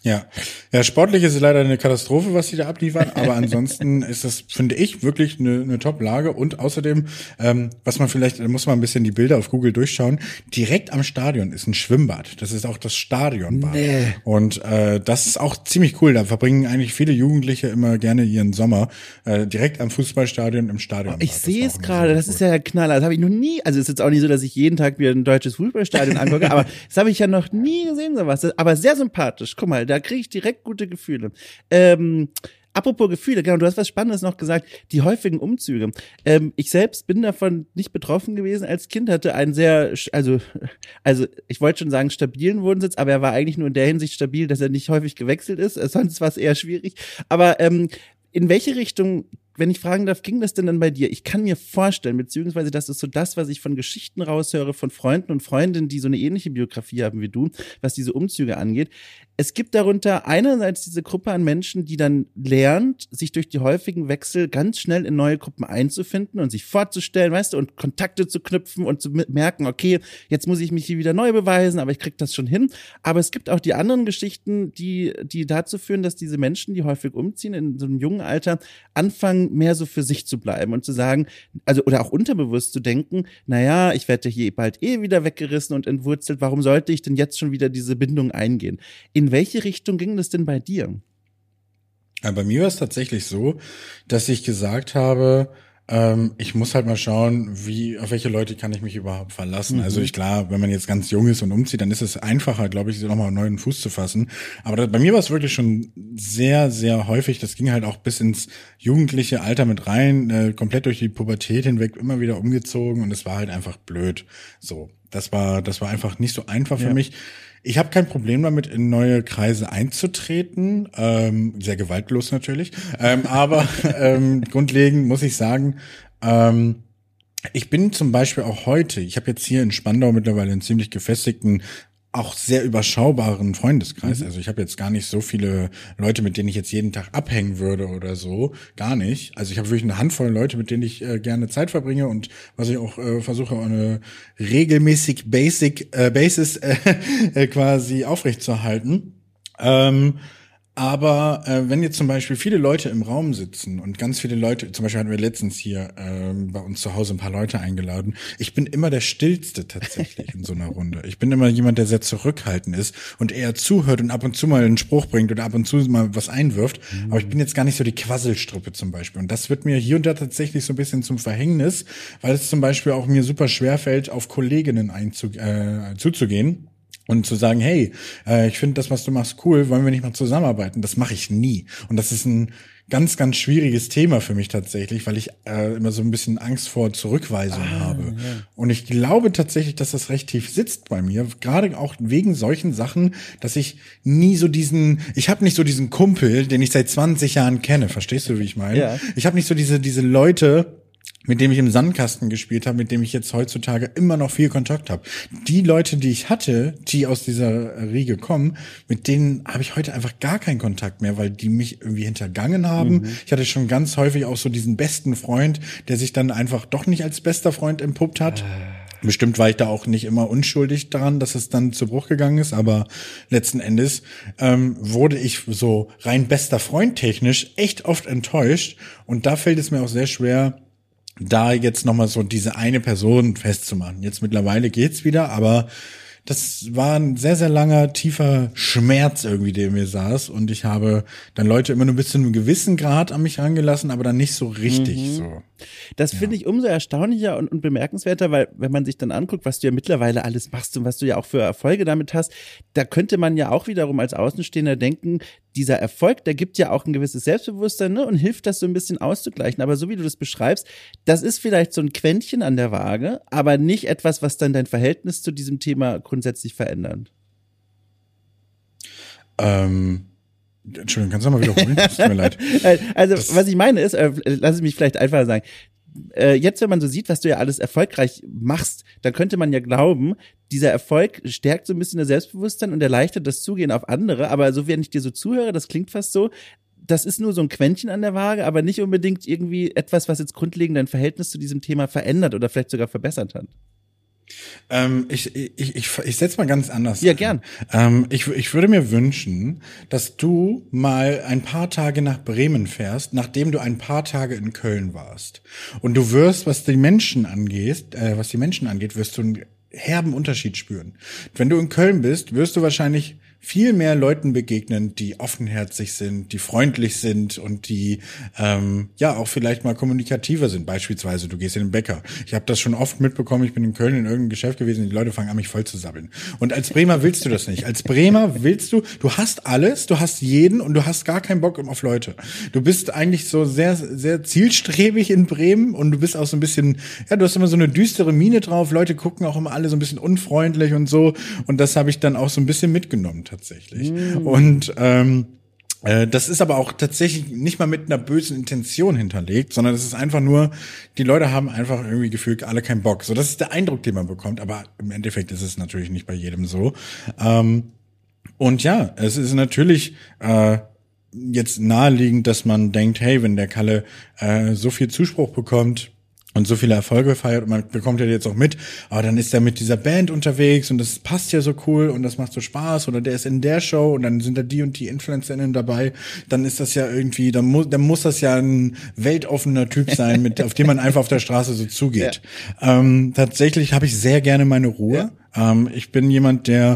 Ja, ja, sportlich ist es leider eine Katastrophe, was sie da abliefern, aber ansonsten ist das, finde ich, wirklich eine, eine Top-Lage und außerdem, ähm, was man vielleicht, da muss man ein bisschen die Bilder auf Google durchschauen, direkt am Stadion ist ein Schwimmbad, das ist auch das Stadionbad Nee. und äh, das ist auch ziemlich cool, da verbringen eigentlich viele Jugendliche immer gerne ihren Sommer äh, direkt am Fußballstadion im Stadionbad. Ich sehe es gerade, das ist ja der Knaller, das habe ich noch nie, also es ist jetzt auch nicht so, dass ich jeden Tag mir ein deutsches Fußballstadion angucke, aber das habe ich ja noch nie gesehen, sowas, aber sehr sympathisch, guck mal, da kriege ich direkt gute Gefühle. Ähm, apropos Gefühle, genau, du hast was Spannendes noch gesagt, die häufigen Umzüge. Ähm, ich selbst bin davon nicht betroffen gewesen als Kind, hatte einen sehr, also, also ich wollte schon sagen stabilen Wohnsitz, aber er war eigentlich nur in der Hinsicht stabil, dass er nicht häufig gewechselt ist, sonst war es eher schwierig. Aber ähm, in welche Richtung, wenn ich fragen darf, ging das denn dann bei dir? Ich kann mir vorstellen, beziehungsweise das ist so das, was ich von Geschichten raushöre, von Freunden und Freundinnen, die so eine ähnliche Biografie haben wie du, was diese Umzüge angeht. Es gibt darunter einerseits diese Gruppe an Menschen, die dann lernt, sich durch die häufigen Wechsel ganz schnell in neue Gruppen einzufinden und sich vorzustellen, weißt du, und Kontakte zu knüpfen und zu merken, okay, jetzt muss ich mich hier wieder neu beweisen, aber ich krieg das schon hin. Aber es gibt auch die anderen Geschichten, die, die dazu führen, dass diese Menschen, die häufig umziehen, in so einem jungen Alter, anfangen, mehr so für sich zu bleiben und zu sagen, also, oder auch unterbewusst zu denken, naja, ich werde hier bald eh wieder weggerissen und entwurzelt, warum sollte ich denn jetzt schon wieder diese Bindung eingehen? In welche Richtung ging das denn bei dir? Ja, bei mir war es tatsächlich so, dass ich gesagt habe, ähm, ich muss halt mal schauen, wie, auf welche Leute kann ich mich überhaupt verlassen. Mhm. Also ich, klar, wenn man jetzt ganz jung ist und umzieht, dann ist es einfacher, glaube ich, nochmal einen neuen Fuß zu fassen. Aber das, bei mir war es wirklich schon sehr, sehr häufig. Das ging halt auch bis ins jugendliche Alter mit rein, äh, komplett durch die Pubertät hinweg, immer wieder umgezogen und es war halt einfach blöd. So, das war, das war einfach nicht so einfach für ja. mich. Ich habe kein Problem damit, in neue Kreise einzutreten, ähm, sehr gewaltlos natürlich, ähm, aber ähm, grundlegend muss ich sagen, ähm, ich bin zum Beispiel auch heute, ich habe jetzt hier in Spandau mittlerweile einen ziemlich gefestigten, auch sehr überschaubaren Freundeskreis. Mhm. Also ich habe jetzt gar nicht so viele Leute, mit denen ich jetzt jeden Tag abhängen würde oder so. Gar nicht. Also ich habe wirklich eine Handvoll Leute, mit denen ich äh, gerne Zeit verbringe und was ich auch äh, versuche, auch eine regelmäßig Basic äh, Basis äh, äh, quasi aufrechtzuerhalten. Ähm, Aber äh, wenn jetzt zum Beispiel viele Leute im Raum sitzen und ganz viele Leute, zum Beispiel hatten wir letztens hier ähm, bei uns zu Hause ein paar Leute eingeladen, ich bin immer der Stillste tatsächlich in so einer Runde. Ich bin immer jemand, der sehr zurückhaltend ist und eher zuhört und ab und zu mal einen Spruch bringt oder ab und zu mal was einwirft. Mhm. Aber ich bin jetzt gar nicht so die Quasselstruppe zum Beispiel. Und das wird mir hier und da tatsächlich so ein bisschen zum Verhängnis, weil es zum Beispiel auch mir super schwer fällt, auf Kolleginnen einzu, äh, zuzugehen. Und zu sagen, hey, äh, ich finde das, was du machst, cool, wollen wir nicht mal zusammenarbeiten? Das mache ich nie. Und das ist ein ganz, ganz schwieriges Thema für mich tatsächlich, weil ich äh, immer so ein bisschen Angst vor Zurückweisung ah, habe. Ja. Und ich glaube tatsächlich, dass das recht tief sitzt bei mir, gerade auch wegen solchen Sachen, dass ich nie so diesen, ich habe nicht so diesen Kumpel, den ich seit zwanzig Jahren kenne, verstehst du, wie ich meine? Ja. Ich habe nicht so diese diese Leute, mit dem ich im Sandkasten gespielt habe, mit dem ich jetzt heutzutage immer noch viel Kontakt habe. Die Leute, die ich hatte, die aus dieser Riege kommen, mit denen habe ich heute einfach gar keinen Kontakt mehr, weil die mich irgendwie hintergangen haben. Mhm. Ich hatte schon ganz häufig auch so diesen besten Freund, der sich dann einfach doch nicht als bester Freund entpuppt hat. Äh. Bestimmt war ich da auch nicht immer unschuldig daran, dass es dann zu Bruch gegangen ist, aber letzten Endes ähm, wurde ich so rein bester Freund technisch echt oft enttäuscht und da fällt es mir auch sehr schwer, da jetzt nochmal so diese eine Person festzumachen. Jetzt mittlerweile geht's wieder, aber das war ein sehr, sehr langer, tiefer Schmerz irgendwie, der in mir saß. Und ich habe dann Leute immer nur bis zu einem gewissen Grad an mich rangelassen, aber dann nicht so richtig mhm. so. Das ja. finde ich umso erstaunlicher und, und bemerkenswerter, weil wenn man sich dann anguckt, was du ja mittlerweile alles machst und was du ja auch für Erfolge damit hast, da könnte man ja auch wiederum als Außenstehender denken, dieser Erfolg, der gibt ja auch ein gewisses Selbstbewusstsein, ne, und hilft, das so ein bisschen auszugleichen. Aber so wie du das beschreibst, das ist vielleicht so ein Quäntchen an der Waage, aber nicht etwas, was dann dein Verhältnis zu diesem Thema grundsätzlich verändert. Ähm, Entschuldigung, kannst du mal wiederholen? Tut mir leid. Also, das was ich meine ist, äh, lass es mich vielleicht einfach sagen, äh, jetzt, wenn man so sieht, was du ja alles erfolgreich machst, dann könnte man ja glauben, dieser Erfolg stärkt so ein bisschen das Selbstbewusstsein und erleichtert das Zugehen auf andere, aber so, wenn ich dir so zuhöre, das klingt fast so, das ist nur so ein Quäntchen an der Waage, aber nicht unbedingt irgendwie etwas, was jetzt grundlegend dein Verhältnis zu diesem Thema verändert oder vielleicht sogar verbessert hat. Ähm, ich ich, ich, ich setze mal ganz anders Ja, an. gern. Ähm, ich, ich würde mir wünschen, dass du mal ein paar Tage nach Bremen fährst, nachdem du ein paar Tage in Köln warst. Und du wirst, was die Menschen angeht, äh, was die Menschen angeht, wirst du einen herben Unterschied spüren. Wenn du in Köln bist, wirst du wahrscheinlich viel mehr Leuten begegnen, die offenherzig sind, die freundlich sind und die ähm, ja auch vielleicht mal kommunikativer sind. Beispielsweise, du gehst in den Bäcker. Ich habe das schon oft mitbekommen, ich bin in Köln in irgendeinem Geschäft gewesen, die Leute fangen an, mich voll zu sabbeln. Und als Bremer willst du das nicht. Als Bremer willst du, du hast alles, du hast jeden und du hast gar keinen Bock auf Leute. Du bist eigentlich so sehr, sehr zielstrebig in Bremen und du bist auch so ein bisschen, ja, du hast immer so eine düstere Miene drauf. Leute gucken auch immer alle so ein bisschen unfreundlich und so. Und das habe ich dann auch so ein bisschen mitgenommen tatsächlich. Mm. Und ähm, äh, das ist aber auch tatsächlich nicht mal mit einer bösen Intention hinterlegt, sondern es ist einfach nur, die Leute haben einfach irgendwie gefühlt alle keinen Bock. So, das ist der Eindruck, den man bekommt, aber im Endeffekt ist es natürlich nicht bei jedem so. Ähm, und ja, es ist natürlich äh, jetzt naheliegend, dass man denkt, hey, wenn der Kalle äh, so viel Zuspruch bekommt und so viele Erfolge feiert und man bekommt ja jetzt auch mit, aber dann ist er mit dieser Band unterwegs und das passt ja so cool und das macht so Spaß oder der ist in der Show und dann sind da die und die InfluencerInnen dabei, dann ist das ja irgendwie, dann muss, dann muss das ja ein weltoffener Typ sein, mit auf den man einfach auf der Straße so zugeht. Ja. Ähm, tatsächlich habe ich sehr gerne meine Ruhe. Ja. Ähm, ich bin jemand, der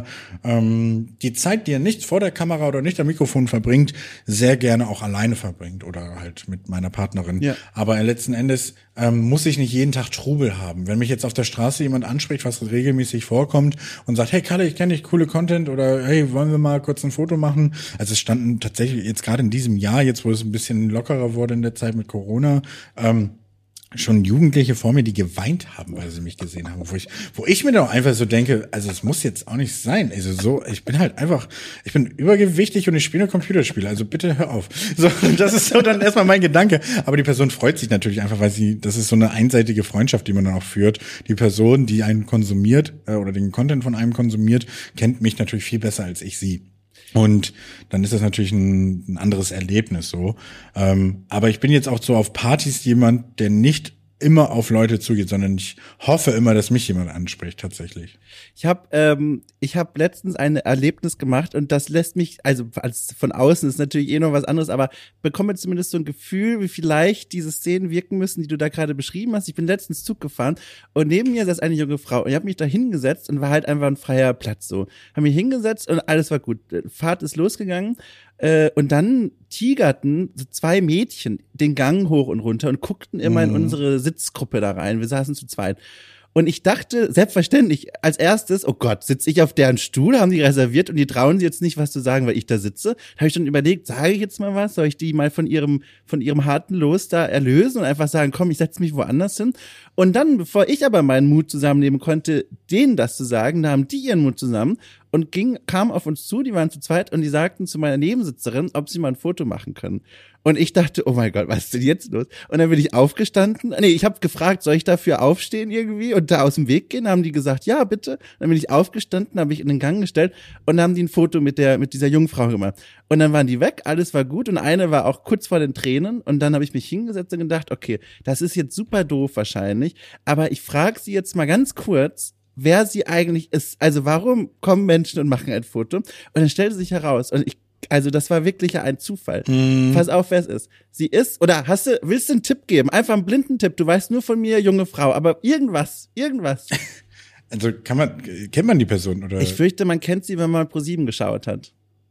ähm, die Zeit, die er nicht vor der Kamera oder nicht am Mikrofon verbringt, sehr gerne auch alleine verbringt oder halt mit meiner Partnerin. Ja. Aber letzten Endes ähm, muss ich nicht jeden Tag Trubel haben. Wenn mich jetzt auf der Straße jemand anspricht, was regelmäßig vorkommt und sagt, hey Kalle, ich kenne dich, coole Content oder hey, wollen wir mal kurz ein Foto machen? Also es standen tatsächlich jetzt gerade in diesem Jahr, jetzt wo es ein bisschen lockerer wurde in der Zeit mit Corona, ähm, schon Jugendliche vor mir, die geweint haben, weil sie mich gesehen haben, wo ich, wo ich mir dann auch einfach so denke, also es muss jetzt auch nicht sein, also so, ich bin halt einfach, ich bin übergewichtig und ich spiele Computerspiele, also bitte hör auf. So, das ist so dann erstmal mein Gedanke, aber die Person freut sich natürlich einfach, weil sie, das ist so eine einseitige Freundschaft, die man dann auch führt. Die Person, die einen konsumiert äh, oder den Content von einem konsumiert, kennt mich natürlich viel besser als ich sie. Und dann ist das natürlich ein, ein anderes Erlebnis so. Ähm, aber ich bin jetzt auch so auf Partys jemand, der nicht immer auf Leute zugeht, sondern ich hoffe immer, dass mich jemand anspricht tatsächlich. Ich habe ähm, ich habe letztens ein Erlebnis gemacht und das lässt mich, also als von außen ist natürlich eh noch was anderes, aber bekomme zumindest so ein Gefühl, wie vielleicht diese Szenen wirken müssen, die du da gerade beschrieben hast. Ich bin letztens Zug gefahren und neben mir saß eine junge Frau und ich habe mich da hingesetzt und war halt einfach ein freier Platz so. Habe mich hingesetzt und alles war gut. Fahrt ist losgegangen. Äh, und dann tigerten so zwei Mädchen den Gang hoch und runter und guckten immer mhm. in unsere Sitzgruppe da rein. Wir saßen zu zweit. Und ich dachte, selbstverständlich, als erstes, oh Gott, sitze ich auf deren Stuhl, haben die reserviert und die trauen sie jetzt nicht, was zu sagen, weil ich da sitze. Da habe ich dann überlegt, sage ich jetzt mal was? Soll ich die mal von ihrem von ihrem harten Los da erlösen und einfach sagen, komm, ich setze mich woanders hin? Und dann, bevor ich aber meinen Mut zusammennehmen konnte, denen das zu sagen, nahmen die ihren Mut zusammen und ging, kam auf uns zu, die waren zu zweit und die sagten zu meiner Nebensitzerin, ob sie mal ein Foto machen können. Und ich dachte, oh mein Gott, was ist denn jetzt los? Und dann bin ich aufgestanden. Nee, ich habe gefragt, soll ich dafür aufstehen irgendwie und da aus dem Weg gehen? Haben die gesagt, ja, bitte. Dann bin ich aufgestanden, habe ich in den Gang gestellt und dann haben die ein Foto mit der mit dieser jungen Frau gemacht. Und dann waren die weg, alles war gut und eine war auch kurz vor den Tränen und dann habe ich mich hingesetzt und gedacht, okay, das ist jetzt super doof wahrscheinlich, aber ich frage sie jetzt mal ganz kurz, wer sie eigentlich ist. Also warum kommen Menschen und machen ein Foto? Und dann stellte sich heraus, und ich, also das war wirklich ein Zufall. Mm. Pass auf, wer es ist. Sie ist, oder hast du, willst du einen Tipp geben? Einfach einen blinden Tipp. Du weißt nur von mir, junge Frau, aber irgendwas, irgendwas. Also kann man, kennt man die Person, oder? Ich fürchte, man kennt sie, wenn man Pro sieben geschaut hat.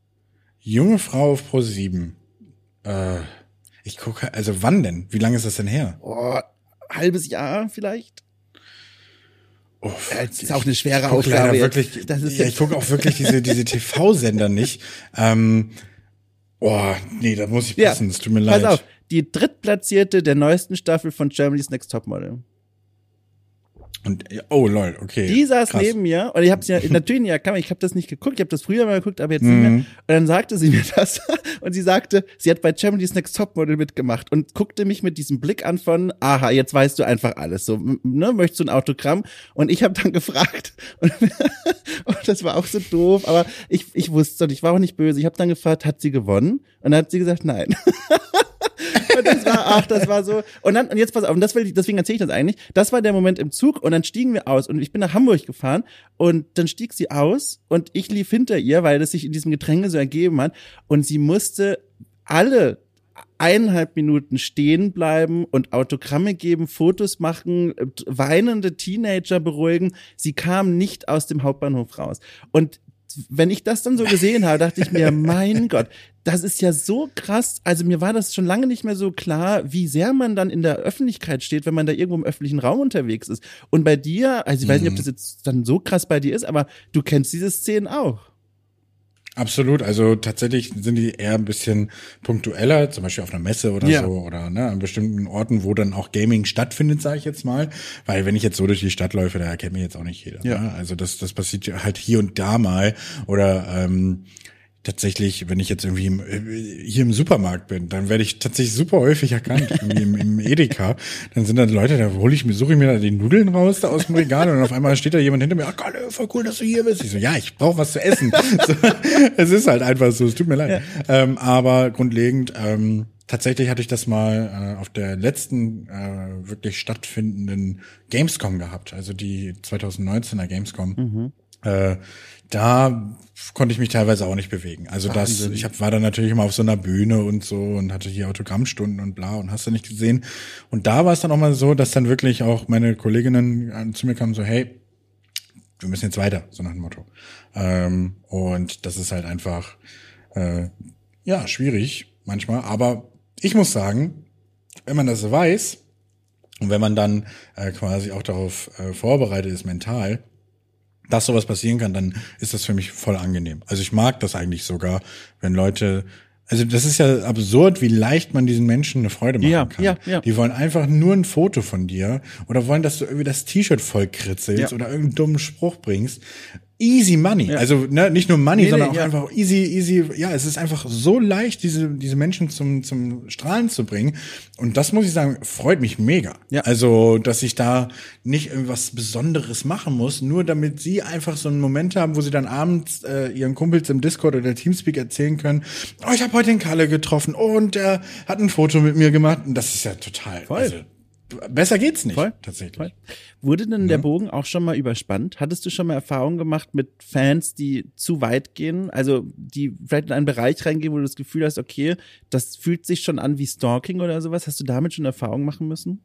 Junge Frau auf Pro sieben. Äh, ich gucke, also wann denn? Wie lange ist das denn her? Oh, halbes Jahr vielleicht. Oh, das ist auch eine schwere Aufgabe. Wirklich, das ist ja, ich gucke auch wirklich diese diese T V-Sender nicht. Ähm, oh, nee, da muss ich passen, es ja, tut mir leid. Pass auf, die drittplatzierte der neuesten Staffel von Germany's Next Topmodel. Und oh lol, okay. Die saß krass. neben mir und ich habe ja natürlich nicht erkannt, ich habe das nicht geguckt, ich habe das früher mal geguckt, aber jetzt nicht mehr. Und dann sagte sie mir das und sie sagte, sie hat bei Germany's Next Topmodel mitgemacht und guckte mich mit diesem Blick an von, aha, jetzt weißt du einfach alles, so, ne, möchtest du ein Autogramm? Und ich habe dann gefragt und, und das war auch so doof, aber ich ich wusste und ich war auch nicht böse. Ich habe dann gefragt, hat sie gewonnen? Und dann hat sie gesagt, nein. Und das war, ach, das war so. Und dann, und jetzt pass auf, und das will ich, deswegen erzähle ich das eigentlich. Das war der Moment im Zug und dann stiegen wir aus und ich bin nach Hamburg gefahren und dann stieg sie aus und ich lief hinter ihr, weil das sich in diesem Gedränge so ergeben hat und sie musste alle eineinhalb Minuten stehen bleiben und Autogramme geben, Fotos machen, weinende Teenager beruhigen. Sie kam nicht aus dem Hauptbahnhof raus. Und wenn ich das dann so gesehen habe, dachte ich mir, mein Gott, das ist ja so krass. Also mir war das schon lange nicht mehr so klar, wie sehr man dann in der Öffentlichkeit steht, wenn man da irgendwo im öffentlichen Raum unterwegs ist. Und bei dir, also ich weiß nicht, ob das jetzt dann so krass bei dir ist, aber du kennst diese Szenen auch. Absolut, also tatsächlich sind die eher ein bisschen punktueller, zum Beispiel auf einer Messe oder ja. so oder ne, an bestimmten Orten, wo dann auch Gaming stattfindet, sage ich jetzt mal, weil wenn ich jetzt so durch die Stadt läufe, da kennt mich jetzt auch nicht jeder. Ja. Ne? Also das das passiert halt hier und da mal oder ähm, tatsächlich, wenn ich jetzt irgendwie im, hier im Supermarkt bin, dann werde ich tatsächlich super häufig erkannt, irgendwie im, im Edeka. Dann sind da Leute, da hole ich mir, suche ich mir da die Nudeln raus da aus dem Regal und auf einmal steht da jemand hinter mir, ach Kalle, voll cool, dass du hier bist. Ich so, ja, ich brauche was zu essen. So, es ist halt einfach so, es tut mir leid. Ja. Ähm, aber grundlegend, ähm, tatsächlich hatte ich das mal äh, auf der letzten äh, wirklich stattfindenden Gamescom gehabt, also die zwanzig neunzehner Gamescom. Mhm. Äh, da konnte ich mich teilweise auch nicht bewegen. Also das, ich hab, war dann natürlich immer auf so einer Bühne und so und hatte hier Autogrammstunden und bla und hast du nicht gesehen. Und da war es dann auch mal so, dass dann wirklich auch meine Kolleginnen zu mir kamen so, hey, wir müssen jetzt weiter, so nach dem Motto. Ähm, und das ist halt einfach, äh, ja, schwierig manchmal. Aber ich muss sagen, wenn man das weiß und wenn man dann äh, quasi auch darauf äh, vorbereitet ist mental, dass sowas passieren kann, dann ist das für mich voll angenehm. Also ich mag das eigentlich sogar, wenn Leute, also das ist ja absurd, wie leicht man diesen Menschen eine Freude machen ja, kann. Ja, ja. Die wollen einfach nur ein Foto von dir oder wollen, dass du irgendwie das T-Shirt voll kritzelst ja. oder irgendeinen dummen Spruch bringst. Easy money. Ja. Also ne, nicht nur money, nee, sondern nee, auch ja. einfach easy, easy. Ja, es ist einfach so leicht, diese diese Menschen zum zum Strahlen zu bringen. Und das muss ich sagen, freut mich mega. Ja. Also, dass ich da nicht irgendwas Besonderes machen muss, nur damit sie einfach so einen Moment haben, wo sie dann abends äh, ihren Kumpels im Discord oder Teamspeak erzählen können, oh, ich habe heute den Kalle getroffen und der hat ein Foto mit mir gemacht. Und das ist ja total. Voll. Also, besser geht's nicht, Voll. tatsächlich. Voll. Wurde denn ja. der Bogen auch schon mal überspannt? Hattest du schon mal Erfahrungen gemacht mit Fans, die zu weit gehen? Also, die vielleicht in einen Bereich reingehen, wo du das Gefühl hast, okay, das fühlt sich schon an wie Stalking oder sowas. Hast du damit schon Erfahrungen machen müssen?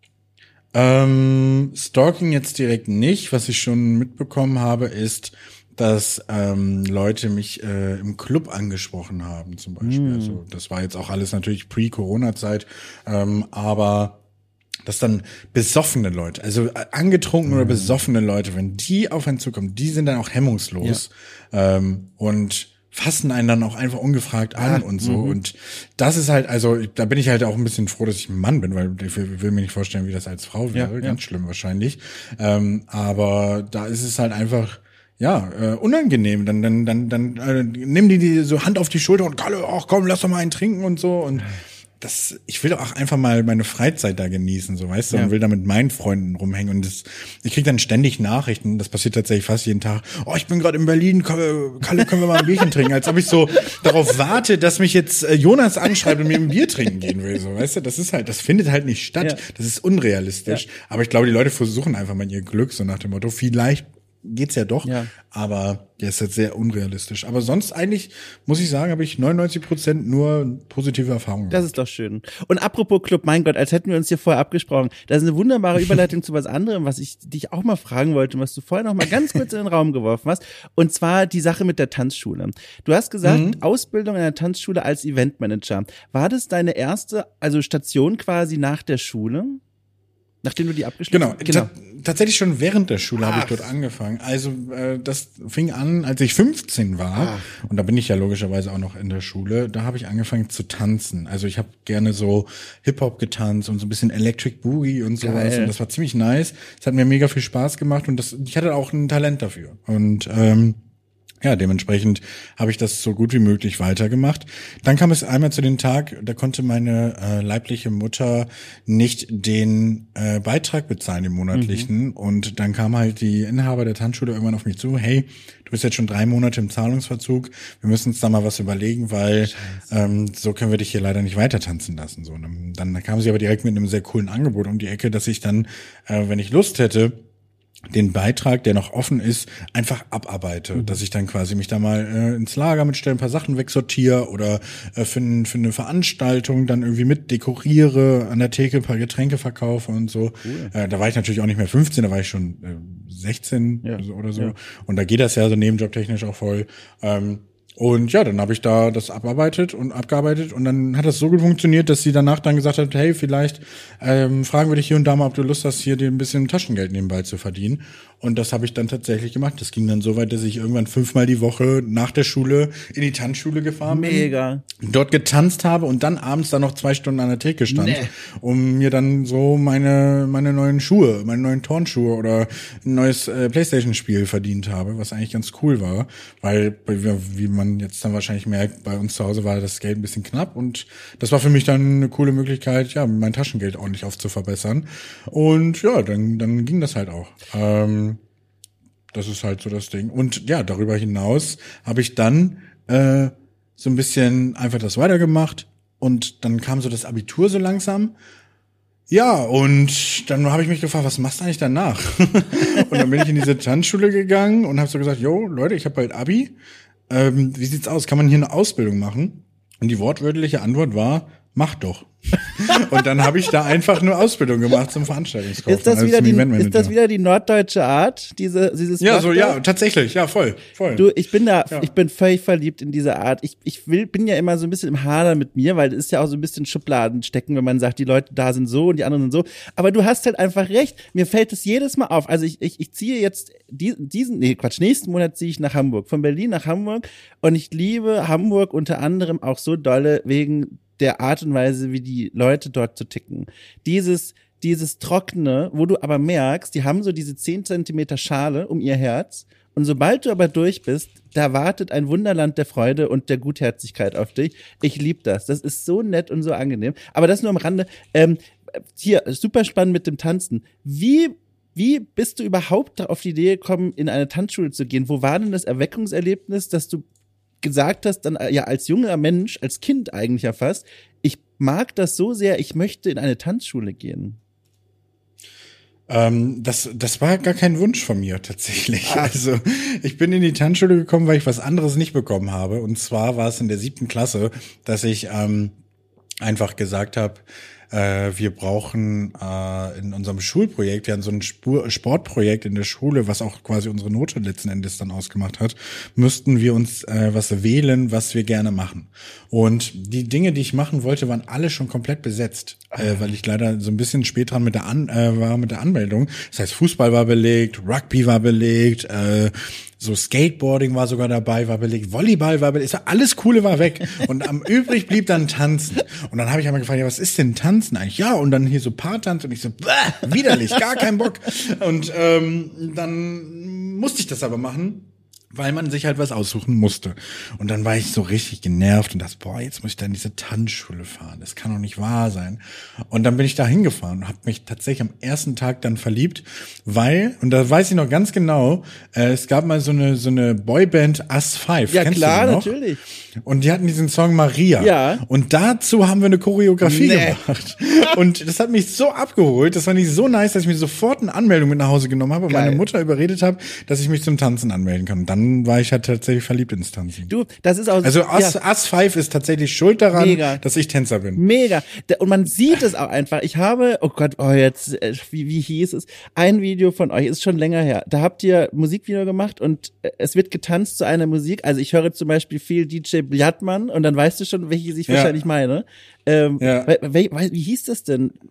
Ähm, Stalking jetzt direkt nicht. Was ich schon mitbekommen habe, ist, dass ähm, Leute mich äh, im Club angesprochen haben, zum Beispiel. Mm. Also, das war jetzt auch alles natürlich pre-Corona-Zeit, ähm, aber dass dann besoffene Leute, also angetrunkene mhm. oder besoffene Leute, wenn die auf einen zukommen, die sind dann auch hemmungslos ja. ähm, und fassen einen dann auch einfach ungefragt an ah, und so. Mhm. Und das ist halt, also da bin ich halt auch ein bisschen froh, dass ich ein Mann bin, weil ich will, will mir nicht vorstellen, wie das als Frau wäre. Ja, Ganz ja. schlimm wahrscheinlich. Ähm, aber da ist es halt einfach ja, äh, unangenehm. Dann, dann, dann, dann äh, nimm die, die so Hand auf die Schulter und Kalle, ach komm, lass doch mal einen trinken und so. Und das, ich will auch einfach mal meine Freizeit da genießen, so weißt du, ja. und will da mit meinen Freunden rumhängen und das, ich krieg dann ständig Nachrichten, das passiert tatsächlich fast jeden Tag, oh, ich bin gerade in Berlin, Kalle, können wir mal ein Bierchen trinken, als ob ich so darauf warte, dass mich jetzt äh, Jonas anschreibt und mir ein Bier trinken gehen will, so weißt du, das ist halt, das findet halt nicht statt, ja. das ist unrealistisch, ja. aber ich glaube, die Leute versuchen einfach mal ihr Glück, so nach dem Motto, vielleicht geht's ja doch, ja. aber der ist jetzt sehr unrealistisch. Aber sonst eigentlich, muss ich sagen, habe ich neunundneunzig Prozent nur positive Erfahrungen. Das ist doch schön. Und apropos Club, mein Gott, als hätten wir uns hier vorher abgesprochen. Das ist eine wunderbare Überleitung zu was anderem, was ich dich auch mal fragen wollte, was du vorher noch mal ganz kurz in den Raum geworfen hast. Und zwar die Sache mit der Tanzschule. Du hast gesagt, mhm. Ausbildung in der Tanzschule als Eventmanager. War das deine erste, also Station quasi nach der Schule? Nachdem du die abgeschlossen hast? Genau, genau. T- tatsächlich schon während der Schule habe ich dort angefangen. Also äh, das fing an, als ich fünfzehn war. Ach. Und da bin ich ja logischerweise auch noch in der Schule. Da habe ich angefangen zu tanzen. Also ich habe gerne so Hip-Hop getanzt und so ein bisschen Electric Boogie und sowas. Geil. Und das war ziemlich nice. Es hat mir mega viel Spaß gemacht und das, ich hatte auch ein Talent dafür. Und ähm, ja, dementsprechend habe ich das so gut wie möglich weitergemacht. Dann kam es einmal zu dem Tag, da konnte meine äh, leibliche Mutter nicht den äh, Beitrag bezahlen, den monatlichen. Mhm. Und dann kam halt die Inhaber der Tanzschule irgendwann auf mich zu, hey, du bist jetzt schon drei Monate im Zahlungsverzug, wir müssen uns da mal was überlegen, weil ähm, so können wir dich hier leider nicht weiter tanzen lassen. So, und dann kam sie aber direkt mit einem sehr coolen Angebot um die Ecke, dass ich dann, äh, wenn ich Lust hätte, den Beitrag, der noch offen ist, einfach abarbeite, mhm. dass ich dann quasi mich da mal äh, ins Lager mitstelle, ein paar Sachen wegsortiere oder äh, für, für eine Veranstaltung dann irgendwie mit dekoriere, an der Theke ein paar Getränke verkaufe und so. Cool. Äh, da war ich natürlich auch nicht mehr fünfzehn, da war ich schon äh, sechzehn ja. oder so. Ja. Und da geht das ja so nebenjobtechnisch auch voll. Ähm, Und ja, dann habe ich da das abarbeitet und abgearbeitet und dann hat das so gut funktioniert, dass sie danach dann gesagt hat, hey, vielleicht ähm, fragen wir dich hier und da mal, ob du Lust hast, hier dir ein bisschen Taschengeld nebenbei zu verdienen. Und das habe ich dann tatsächlich gemacht. Das ging dann so weit, dass ich irgendwann fünfmal die Woche nach der Schule in die Tanzschule gefahren bin. Mega. Dort getanzt habe und dann abends dann noch zwei Stunden an der Theke stand, nee. um mir dann so meine meine neuen Schuhe, meine neuen Turnschuhe oder ein neues äh, Playstation-Spiel verdient habe, was eigentlich ganz cool war, weil, wie man jetzt dann wahrscheinlich merkt, bei uns zu Hause war das Geld ein bisschen knapp und das war für mich dann eine coole Möglichkeit, ja, mein Taschengeld ordentlich aufzuverbessern. Und ja, dann dann ging das halt auch. Ähm, Das ist halt so das Ding. Und ja, darüber hinaus habe ich dann äh, so ein bisschen einfach das weitergemacht und dann kam so das Abitur so langsam. Ja, und dann habe ich mich gefragt, was machst du eigentlich danach? Und dann bin ich in diese Tanzschule gegangen und habe so gesagt, jo, Leute, ich habe bald Abi. Ähm, wie sieht's aus? Kann man hier eine Ausbildung machen? Und die wortwörtliche Antwort war, mach doch. Und dann habe ich da einfach eine Ausbildung gemacht zum Veranstaltungskaufmann. Ist das wieder die, ist das wieder die norddeutsche Art, diese dieses Ja, so ja, tatsächlich, ja, voll, voll. Du, ich bin da, ja. ich bin völlig verliebt in diese Art. Ich ich will bin ja immer so ein bisschen im Hader mit mir, weil es ist ja auch so ein bisschen Schubladen stecken, wenn man sagt, die Leute da sind so und die anderen sind so. Aber du hast halt einfach recht. Mir fällt es jedes Mal auf. Also ich ich ich ziehe jetzt diesen, nee Quatsch, nächsten Monat ziehe ich nach Hamburg, von Berlin nach Hamburg und ich liebe Hamburg unter anderem auch so dolle wegen der Art und Weise, wie die Leute dort zu ticken. Dieses, dieses Trockene, wo du aber merkst, die haben so diese zehn Zentimeter Schale um ihr Herz und sobald du aber durch bist, da wartet ein Wunderland der Freude und der Gutherzigkeit auf dich. Ich liebe das. Das ist so nett und so angenehm. Aber das nur am Rande. Ähm, hier, super spannend mit dem Tanzen. Wie Wie bist du überhaupt auf die Idee gekommen, in eine Tanzschule zu gehen? Wo war denn das Erweckungserlebnis, dass du gesagt hast, dann ja als junger Mensch, als Kind eigentlich ja fast, ich mag das so sehr, ich möchte in eine Tanzschule gehen? Ähm, das, das war gar kein Wunsch von mir tatsächlich. Ach. Also ich bin in die Tanzschule gekommen, weil ich was anderes nicht bekommen habe. Und zwar war es in der siebten Klasse, dass ich ähm, einfach gesagt habe, äh, wir brauchen äh, in unserem Schulprojekt, wir hatten so ein Spur- Sportprojekt in der Schule, was auch quasi unsere Note letzten Endes dann ausgemacht hat, müssten wir uns äh, was wählen, was wir gerne machen. Und die Dinge, die ich machen wollte, waren alle schon komplett besetzt, äh, weil ich leider so ein bisschen spät dran mit der An- äh, war mit der Anmeldung. Das heißt, Fußball war belegt, Rugby war belegt, äh, so Skateboarding war sogar dabei, war belegt, Volleyball war belegt, alles Coole war weg. Und am übrig blieb dann Tanzen. Und dann habe ich einmal gefragt, ja, was ist denn Tanzen eigentlich? Ja, und dann hier so Paartanz und ich so, bäh, widerlich, gar keinen Bock. Und ähm, dann musste ich das aber machen, weil man sich halt was aussuchen musste. Und dann war ich so richtig genervt und dachte, boah, jetzt muss ich da in diese Tanzschule fahren. Das kann doch nicht wahr sein. Und dann bin ich da hingefahren und habe mich tatsächlich am ersten Tag dann verliebt, weil, und da weiß ich noch ganz genau, äh, es gab mal so eine so eine Boyband Us Five. Ja, Kennst klar, du die noch? Natürlich. Und die hatten diesen Song Maria. Ja. Und dazu haben wir eine Choreografie Nee. gemacht. Und das hat mich so abgeholt, das fand ich so nice, dass ich mir sofort eine Anmeldung mit nach Hause genommen habe und Geil. meine Mutter überredet habe, dass ich mich zum Tanzen anmelden kann. Und dann war ich halt tatsächlich verliebt ins Tanzen. Du, das ist auch Also Us, ja. Us Five ist tatsächlich schuld daran, Mega. dass ich Tänzer bin. Mega. Da- Und man sieht es auch einfach. Ich habe, oh Gott, oh jetzt, äh, wie, wie hieß es? Ein Video von euch, ist schon länger her. Da habt ihr Musikvideo gemacht und äh, es wird getanzt zu einer Musik. Also ich höre zum Beispiel viel D J Bljatmann und dann weißt du schon, welche ich Ja. wahrscheinlich meine. Ähm, Ja. we- we- we- wie hieß das denn?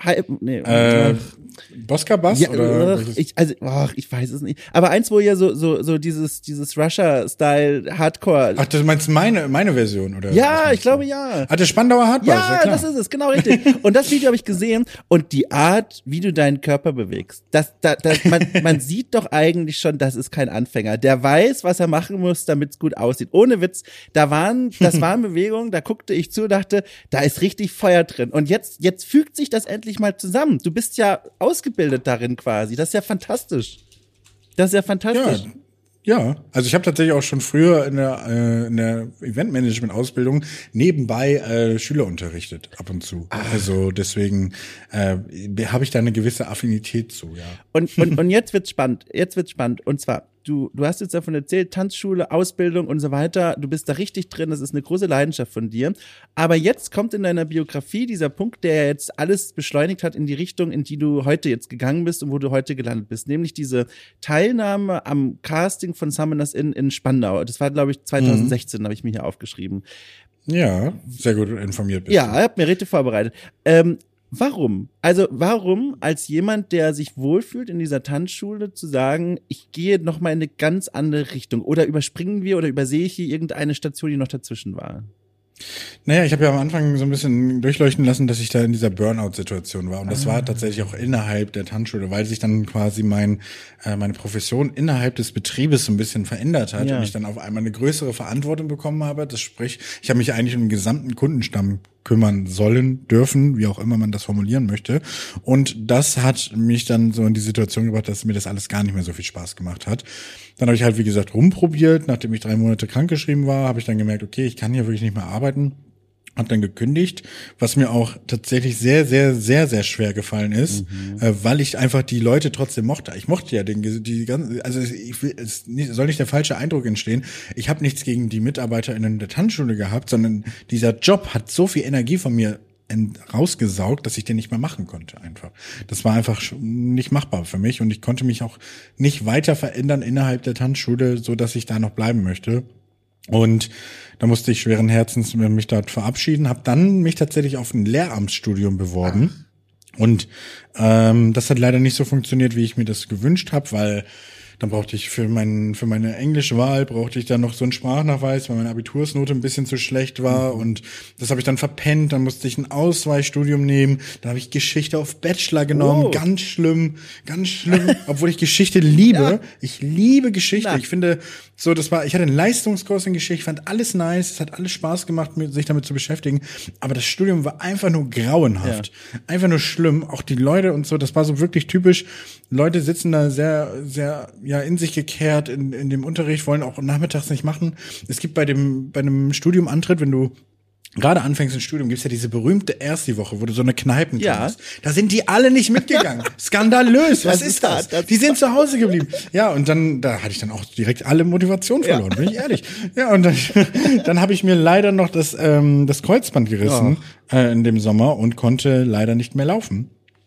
Hi, nee, Äh, Bosca Bass ja, oder? ach, ich, also, ach, ich weiß es nicht. Aber eins, wo ihr so, so, so dieses, dieses Russia-Style Hardcore. Ach, du meinst meine, meine Version, oder? Ja, ich glaube, ja. Ah, der Spandauer Hardbass, ja, ja klar. das ist es, genau richtig. Und das Video habe ich gesehen und die Art, wie du deinen Körper bewegst, das, das, das, man, man sieht doch eigentlich schon, das ist kein Anfänger. Der weiß, was er machen muss, damit es gut aussieht. Ohne Witz, da waren, das waren Bewegungen, da guckte ich zu, dachte, da ist richtig Feuer drin. Und jetzt, jetzt fügt sich das endlich mal zusammen. Du bist ja ausgebildet darin quasi. Das ist ja fantastisch. Das ist ja fantastisch. Ja. Ja, also ich habe tatsächlich auch schon früher in der, äh, in der Eventmanagement-Ausbildung nebenbei äh, Schüler unterrichtet, ab und zu. Ach. Also deswegen äh, habe ich da eine gewisse Affinität zu, ja. Und, und, und jetzt wird's spannend, jetzt wird's spannend. Und zwar, du, du hast jetzt davon erzählt, Tanzschule, Ausbildung und so weiter, du bist da richtig drin, das ist eine große Leidenschaft von dir. Aber jetzt kommt in deiner Biografie dieser Punkt, der jetzt alles beschleunigt hat in die Richtung, in die du heute jetzt gegangen bist und wo du heute gelandet bist, nämlich diese Teilnahme am Casting von Summoners Inn in Spandau. Das war, glaube ich, zwanzig sechzehn, mhm. habe ich mir hier aufgeschrieben. Ja, sehr gut informiert bist Ja, ich habe mir richtig vorbereitet. Ähm, Warum? Also warum als jemand, der sich wohlfühlt in dieser Tanzschule, zu sagen, ich gehe noch mal in eine ganz andere Richtung? Oder überspringen wir oder übersehe ich hier irgendeine Station, die noch dazwischen war? Naja, ich habe ja am Anfang so ein bisschen durchleuchten lassen, dass ich da in dieser Burnout-Situation war. Und das ah. war tatsächlich auch innerhalb der Tanzschule, weil sich dann quasi mein äh, meine Profession innerhalb des Betriebes so ein bisschen verändert hat. Ja. Und ich dann auf einmal eine größere Verantwortung bekommen habe. Das sprich, ich habe mich eigentlich um den gesamten Kundenstamm kümmern sollen, dürfen, wie auch immer man das formulieren möchte. Und das hat mich dann so in die Situation gebracht, dass mir das alles gar nicht mehr so viel Spaß gemacht hat. Dann habe ich halt, wie gesagt, rumprobiert. Nachdem ich drei Monate krankgeschrieben war, habe ich dann gemerkt, okay, ich kann hier wirklich nicht mehr arbeiten. Hab dann gekündigt, was mir auch tatsächlich sehr, sehr, sehr, sehr schwer gefallen ist, mhm. äh, weil ich einfach die Leute trotzdem mochte. Ich mochte ja den, die ganzen, also ich will, es soll nicht der falsche Eindruck entstehen. Ich habe nichts gegen die MitarbeiterInnen der Tanzschule gehabt, sondern dieser Job hat so viel Energie von mir rausgesaugt, dass ich den nicht mehr machen konnte einfach. Das war einfach nicht machbar für mich und ich konnte mich auch nicht weiter verändern innerhalb der Tanzschule, so dass ich da noch bleiben möchte. Und da musste ich schweren Herzens mich dort verabschieden, habe dann mich tatsächlich auf ein Lehramtsstudium beworben. Ach. Und ähm, das hat leider nicht so funktioniert, wie ich mir das gewünscht habe, weil dann brauchte ich für meinen für meine Englischwahl brauchte ich dann noch so einen Sprachnachweis, weil meine Abitursnote ein bisschen zu schlecht war mhm. und das habe ich dann verpennt. Dann musste ich ein Ausweichstudium nehmen. Dann habe ich Geschichte auf Bachelor genommen. Oh. Ganz schlimm, ganz schlimm. Obwohl ich Geschichte liebe. Ja. Ich liebe Geschichte. Na. Ich finde so, das war. Ich hatte einen Leistungskurs in Geschichte. Ich fand alles nice. Es hat alles Spaß gemacht, sich damit zu beschäftigen. Aber das Studium war einfach nur grauenhaft, ja. einfach nur schlimm. Auch die Leute und so. Das war so wirklich typisch. Leute sitzen da sehr, sehr ja in sich gekehrt in, in dem Unterricht, wollen auch nachmittags nicht machen. Es gibt bei dem bei einem Studiumantritt, wenn du gerade anfängst im Studium, gibt's ja diese berühmte Ersti-Woche, wo du so eine Kneipen ja. kannst. Da sind die alle nicht mitgegangen. Skandalös. Was, Was ist das? das? Die sind zu Hause geblieben. Ja, und dann, da hatte ich dann auch direkt alle Motivation verloren, ja. bin ich ehrlich. Ja, und dann, dann habe ich mir leider noch das, ähm, das Kreuzband gerissen oh. äh, in dem Sommer und konnte leider nicht mehr laufen.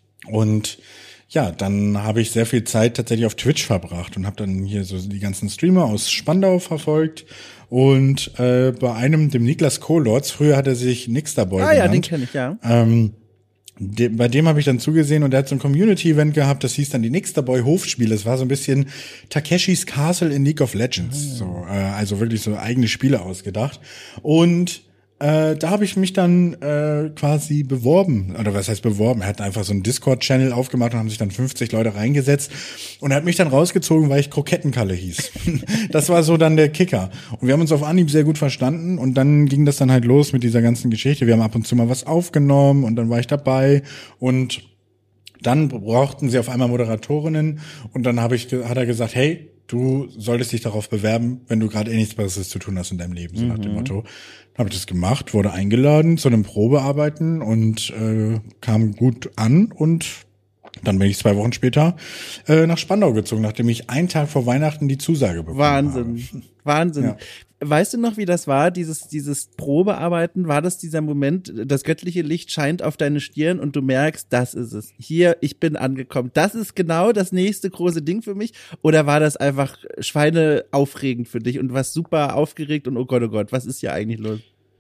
Und ja, dann habe ich sehr viel Zeit tatsächlich auf Twitch verbracht und habe dann hier so die ganzen Streamer aus Spandau verfolgt und äh, bei einem, dem Niklas Kohlorz, früher hat er sich Nixterboy ah, genannt. Ah ja, den kenne ich, ja. Ähm, de, bei dem habe ich dann zugesehen und der hat so ein Community-Event gehabt, das hieß dann die Nixterboy Hofspiele. Es war so ein bisschen Takeshis Castle in League of Legends, oh, ja. so, äh, also wirklich so eigene Spiele ausgedacht und Äh, da habe ich mich dann äh, quasi beworben, oder was heißt beworben? Er hat einfach so einen Discord-Channel aufgemacht und haben sich dann fünfzig Leute reingesetzt und er hat mich dann rausgezogen, weil ich Krokettenkalle hieß. Das war so dann der Kicker. Und wir haben uns auf Anhieb sehr gut verstanden und dann ging das dann halt los mit dieser ganzen Geschichte. Wir haben ab und zu mal was aufgenommen und dann war ich dabei und dann brauchten sie auf einmal Moderatorinnen und dann habe ich, hat er gesagt, hey, du solltest dich darauf bewerben, wenn du gerade eh nichts Besseres zu tun hast in deinem Leben, so mhm. nach dem Motto. Dann habe ich das gemacht, wurde eingeladen zu einem Probearbeiten und äh, kam gut an und dann bin ich zwei Wochen später äh, nach Spandau gezogen, nachdem ich einen Tag vor Weihnachten die Zusage bekommen Wahnsinn. habe. Wahnsinn. Ja. Weißt du noch, wie das war, dieses dieses Probearbeiten? War das dieser Moment, das göttliche Licht scheint auf deine Stirn und du merkst, das ist es. Hier, ich bin angekommen. Das ist genau das nächste große Ding für mich. Oder war das einfach schweineaufregend für dich und du warst super aufgeregt und oh Gott, oh Gott, was ist hier eigentlich los?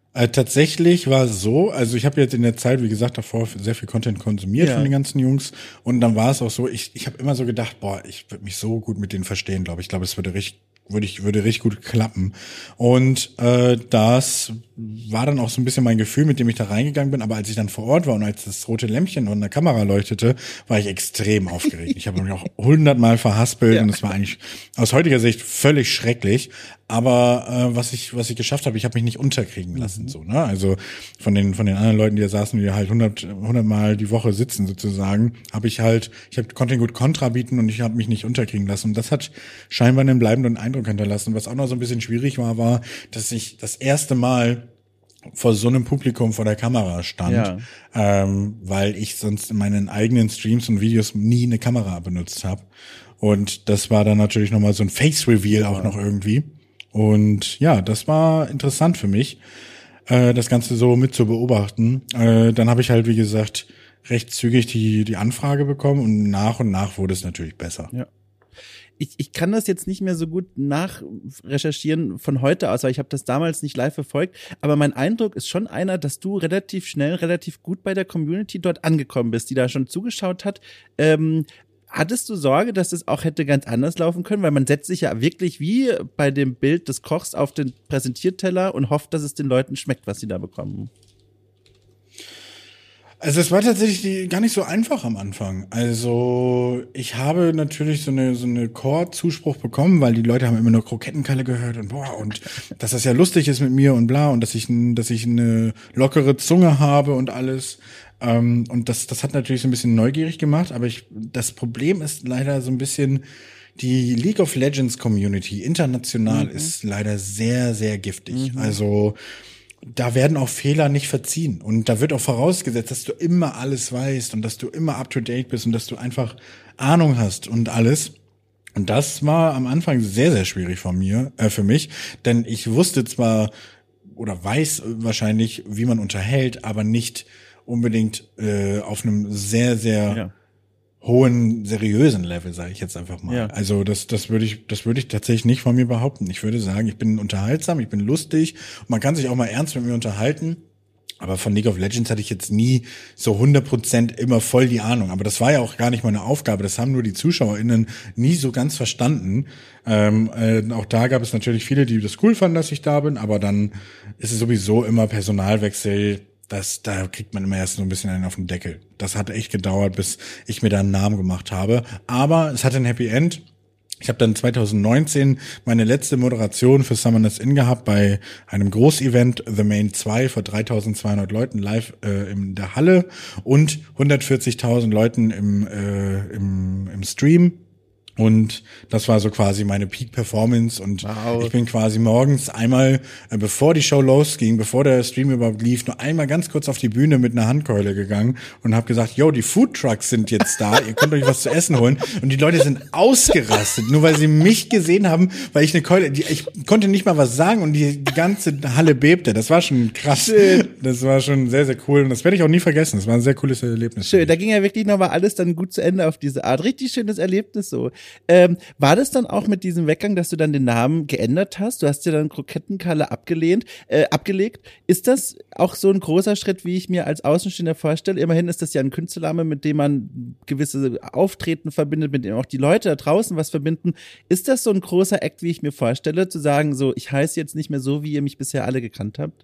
Äh, tatsächlich war es so, also ich habe jetzt in der Zeit, wie gesagt, davor sehr viel Content konsumiert Ja. von den ganzen Jungs und dann war es auch so, ich ich habe immer so gedacht, boah, ich würde mich so gut mit denen verstehen, glaube ich. Ich glaube, es würde richtig würde ich würde richtig gut klappen. Und äh, das war dann auch so ein bisschen mein Gefühl, mit dem ich da reingegangen bin, aber als ich dann vor Ort war und als das rote Lämpchen und eine Kamera leuchtete, war ich extrem aufgeregt. Ich habe mich auch hundertmal verhaspelt Ja. und es war eigentlich aus heutiger Sicht völlig schrecklich. Aber äh, was ich was ich geschafft habe, ich habe mich nicht unterkriegen lassen, mhm. so, ne? Also von den von den anderen Leuten, die da saßen, die halt hundert Mal die Woche sitzen sozusagen, habe ich halt, ich habe konnte ihnen gut Kontra bieten und ich habe mich nicht unterkriegen lassen. Und das hat scheinbar einen bleibenden Eindruck hinterlassen. Was auch noch so ein bisschen schwierig war, war, dass ich das erste Mal vor so einem Publikum vor der Kamera stand, ja. ähm, weil ich sonst in meinen eigenen Streams und Videos nie eine Kamera benutzt habe. Und das war dann natürlich nochmal so ein Face-Reveal ja. auch noch irgendwie. Und ja, das war interessant für mich, äh, das Ganze so mit zu beobachten. Äh, dann habe ich halt, wie gesagt, recht zügig die die Anfrage bekommen und nach und nach wurde es natürlich besser. Ja. Ich, ich kann das jetzt nicht mehr so gut nachrecherchieren von heute aus, weil ich habe das damals nicht live verfolgt, aber mein Eindruck ist schon einer, dass du relativ schnell, relativ gut bei der Community dort angekommen bist, die da schon zugeschaut hat. Ähm, Hattest du Sorge, dass das auch hätte ganz anders laufen können? Weil man setzt sich ja wirklich wie bei dem Bild des Kochs auf den Präsentierteller und hofft, dass es den Leuten schmeckt, was sie da bekommen. Also es war tatsächlich die, gar nicht so einfach am Anfang. Also ich habe natürlich so eine so eine Core-Zuspruch bekommen, weil die Leute haben immer nur Krokettenkalle gehört und boah und dass das ja lustig ist mit mir und bla und dass ich dass ich eine lockere Zunge habe und alles. Ähm, und das, das hat natürlich so ein bisschen neugierig gemacht, aber ich, das Problem ist leider so ein bisschen, die League of Legends Community international mhm. ist leider sehr, sehr giftig. Mhm. Also, da werden auch Fehler nicht verziehen. Und da wird auch vorausgesetzt, dass du immer alles weißt und dass du immer up to date bist und dass du einfach Ahnung hast und alles. Und das war am Anfang sehr, sehr schwierig von mir, äh, für mich, denn ich wusste zwar oder weiß wahrscheinlich, wie man unterhält, aber nicht unbedingt äh, auf einem sehr, sehr ja. hohen, seriösen Level, sage ich jetzt einfach mal. Ja. Also das das würde ich das würde ich tatsächlich nicht von mir behaupten. Ich würde sagen, ich bin unterhaltsam, ich bin lustig und man kann sich auch mal ernst mit mir unterhalten. Aber von League of Legends hatte ich jetzt nie so hundert Prozent immer voll die Ahnung. Aber das war ja auch gar nicht meine Aufgabe. Das haben nur die ZuschauerInnen nie so ganz verstanden. Ähm, äh, auch da gab es natürlich viele, die das cool fanden, dass ich da bin. Aber dann ist es sowieso immer Personalwechsel. Das, da kriegt man immer erst so ein bisschen einen auf den Deckel. Das hat echt gedauert, bis ich mir da einen Namen gemacht habe. Aber es hatte ein Happy End. Ich habe dann zwanzig neunzehn meine letzte Moderation für Summoners Inn gehabt bei einem Großevent, The Main zwei, vor dreitausendzweihundert Leuten live äh, in der Halle und hundertvierzigtausend Leuten im, äh, im, im Stream. Und das war so quasi meine Peak-Performance und wow. Ich bin quasi morgens einmal, äh, bevor die Show losging, bevor der Stream überhaupt lief, nur einmal ganz kurz auf die Bühne mit einer Handkeule gegangen und habe gesagt, yo, die Foodtrucks sind jetzt da, ihr könnt euch was zu essen holen. Und die Leute sind ausgerastet, nur weil sie mich gesehen haben, weil ich eine Keule, die, ich konnte nicht mal was sagen und die, die ganze Halle bebte. Das war schon krass. Schön. Das war schon sehr, sehr cool und das werde ich auch nie vergessen. Das war ein sehr cooles Erlebnis. Schön, da ging ja wirklich nochmal alles dann gut zu Ende auf diese Art. Richtig schönes Erlebnis so. Ähm, war das dann auch mit diesem Weggang, dass du dann den Namen geändert hast? Du hast dir dann Krokettenkalle abgelehnt, äh, abgelegt. Ist das auch so ein großer Schritt, wie ich mir als Außenstehender vorstelle? Immerhin ist das ja ein Künstlername, mit dem man gewisse Auftreten verbindet, mit dem auch die Leute da draußen was verbinden. Ist das so ein großer Act, wie ich mir vorstelle, zu sagen, so, ich heiße jetzt nicht mehr so, wie ihr mich bisher alle gekannt habt?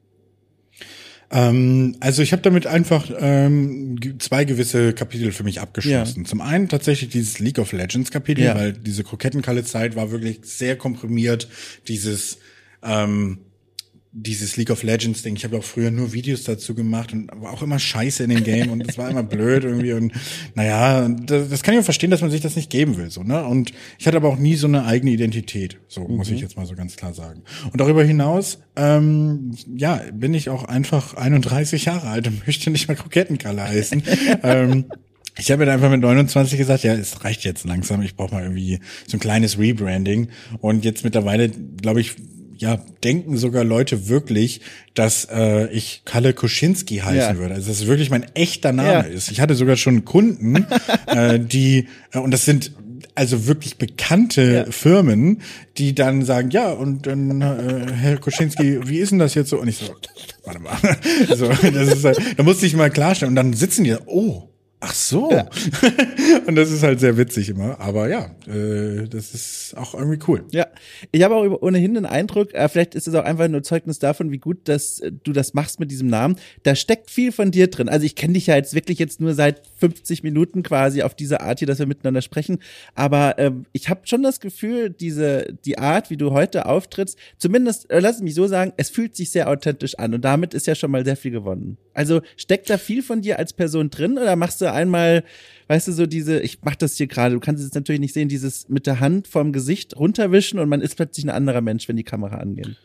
Ähm, also ich habe damit einfach ähm, zwei gewisse Kapitel für mich abgeschlossen. Ja. Zum einen tatsächlich dieses League of Legends Kapitel, ja. weil diese Krokettenkalle-Zeit war wirklich sehr komprimiert. Dieses ähm, dieses League of Legends Ding. Ich habe auch früher nur Videos dazu gemacht und war auch immer scheiße in dem Game und es war immer blöd irgendwie und naja, das, das kann ich auch verstehen, dass man sich das nicht geben will, so, ne? Und ich hatte aber auch nie so eine eigene Identität, so mhm. muss ich jetzt mal so ganz klar sagen. Und darüber hinaus, ähm, ja, bin ich auch einfach einunddreißig Jahre alt und möchte nicht mehr Krokettenkalle heißen. ähm, Ich habe mir einfach mit neunundzwanzig gesagt, ja, es reicht jetzt langsam, ich brauche mal irgendwie so ein kleines Rebranding und jetzt mittlerweile, glaube ich, ja, denken sogar Leute wirklich, dass äh, ich Kalle Kuschinski heißen ja. würde. Also dass es wirklich mein echter Name ja. ist. Ich hatte sogar schon Kunden, äh, die, äh, und das sind also wirklich bekannte ja. Firmen, die dann sagen, ja, und dann, äh, Herr Koschinski, wie ist denn das jetzt so? Und ich so, warte mal. so, das ist halt, da musste ich mal klarstellen. Und dann sitzen die da, oh, ach so. Ja. Und das ist halt sehr witzig immer. Aber ja, äh, das ist auch irgendwie cool. Ja, ich habe auch ohnehin den Eindruck, äh, vielleicht ist es auch einfach nur Zeugnis davon, wie gut dass äh, du das machst mit diesem Namen. Da steckt viel von dir drin. Also ich kenne dich ja jetzt wirklich jetzt nur seit fünfzig Minuten quasi auf diese Art hier, dass wir miteinander sprechen. Aber ähm, ich habe schon das Gefühl, diese die Art, wie du heute auftrittst, zumindest, äh, lass es mich so sagen, es fühlt sich sehr authentisch an. Und damit ist ja schon mal sehr viel gewonnen. Also steckt da viel von dir als Person drin oder machst du einmal, weißt du, so diese, ich mach das hier gerade, du kannst es jetzt natürlich nicht sehen, dieses mit der Hand vom Gesicht runterwischen und man ist plötzlich ein anderer Mensch, wenn die Kamera angeht.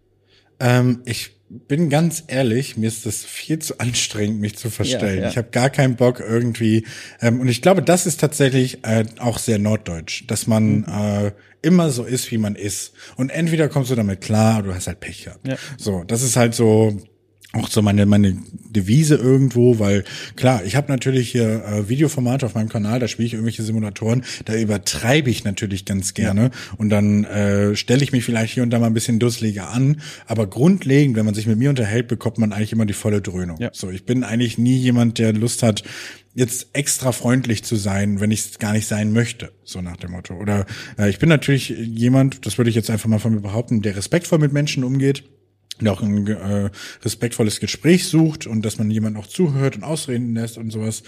Ähm, ich bin ganz ehrlich, mir ist das viel zu anstrengend, mich zu verstellen. Ja, ja. Ich habe gar keinen Bock irgendwie, ähm, und ich glaube, das ist tatsächlich äh, auch sehr norddeutsch, dass man mhm. äh, immer so ist, wie man ist. Und entweder kommst du damit klar, oder du hast halt Pech gehabt. Ja. So, das ist halt so auch so meine meine Devise irgendwo, weil klar, ich habe natürlich hier äh, Videoformate auf meinem Kanal, da spiele ich irgendwelche Simulatoren, da übertreibe ich natürlich ganz gerne ja. und dann äh, stelle ich mich vielleicht hier und da mal ein bisschen dusseliger an, aber grundlegend, wenn man sich mit mir unterhält, bekommt man eigentlich immer die volle Dröhnung. Ja. So, ich bin eigentlich nie jemand, der Lust hat, jetzt extra freundlich zu sein, wenn ich es gar nicht sein möchte, so nach dem Motto. Oder äh, ich bin natürlich jemand, das würde ich jetzt einfach mal von mir behaupten, der respektvoll mit Menschen umgeht, der auch ein äh, respektvolles Gespräch sucht und dass man jemanden auch zuhört und ausreden lässt und sowas.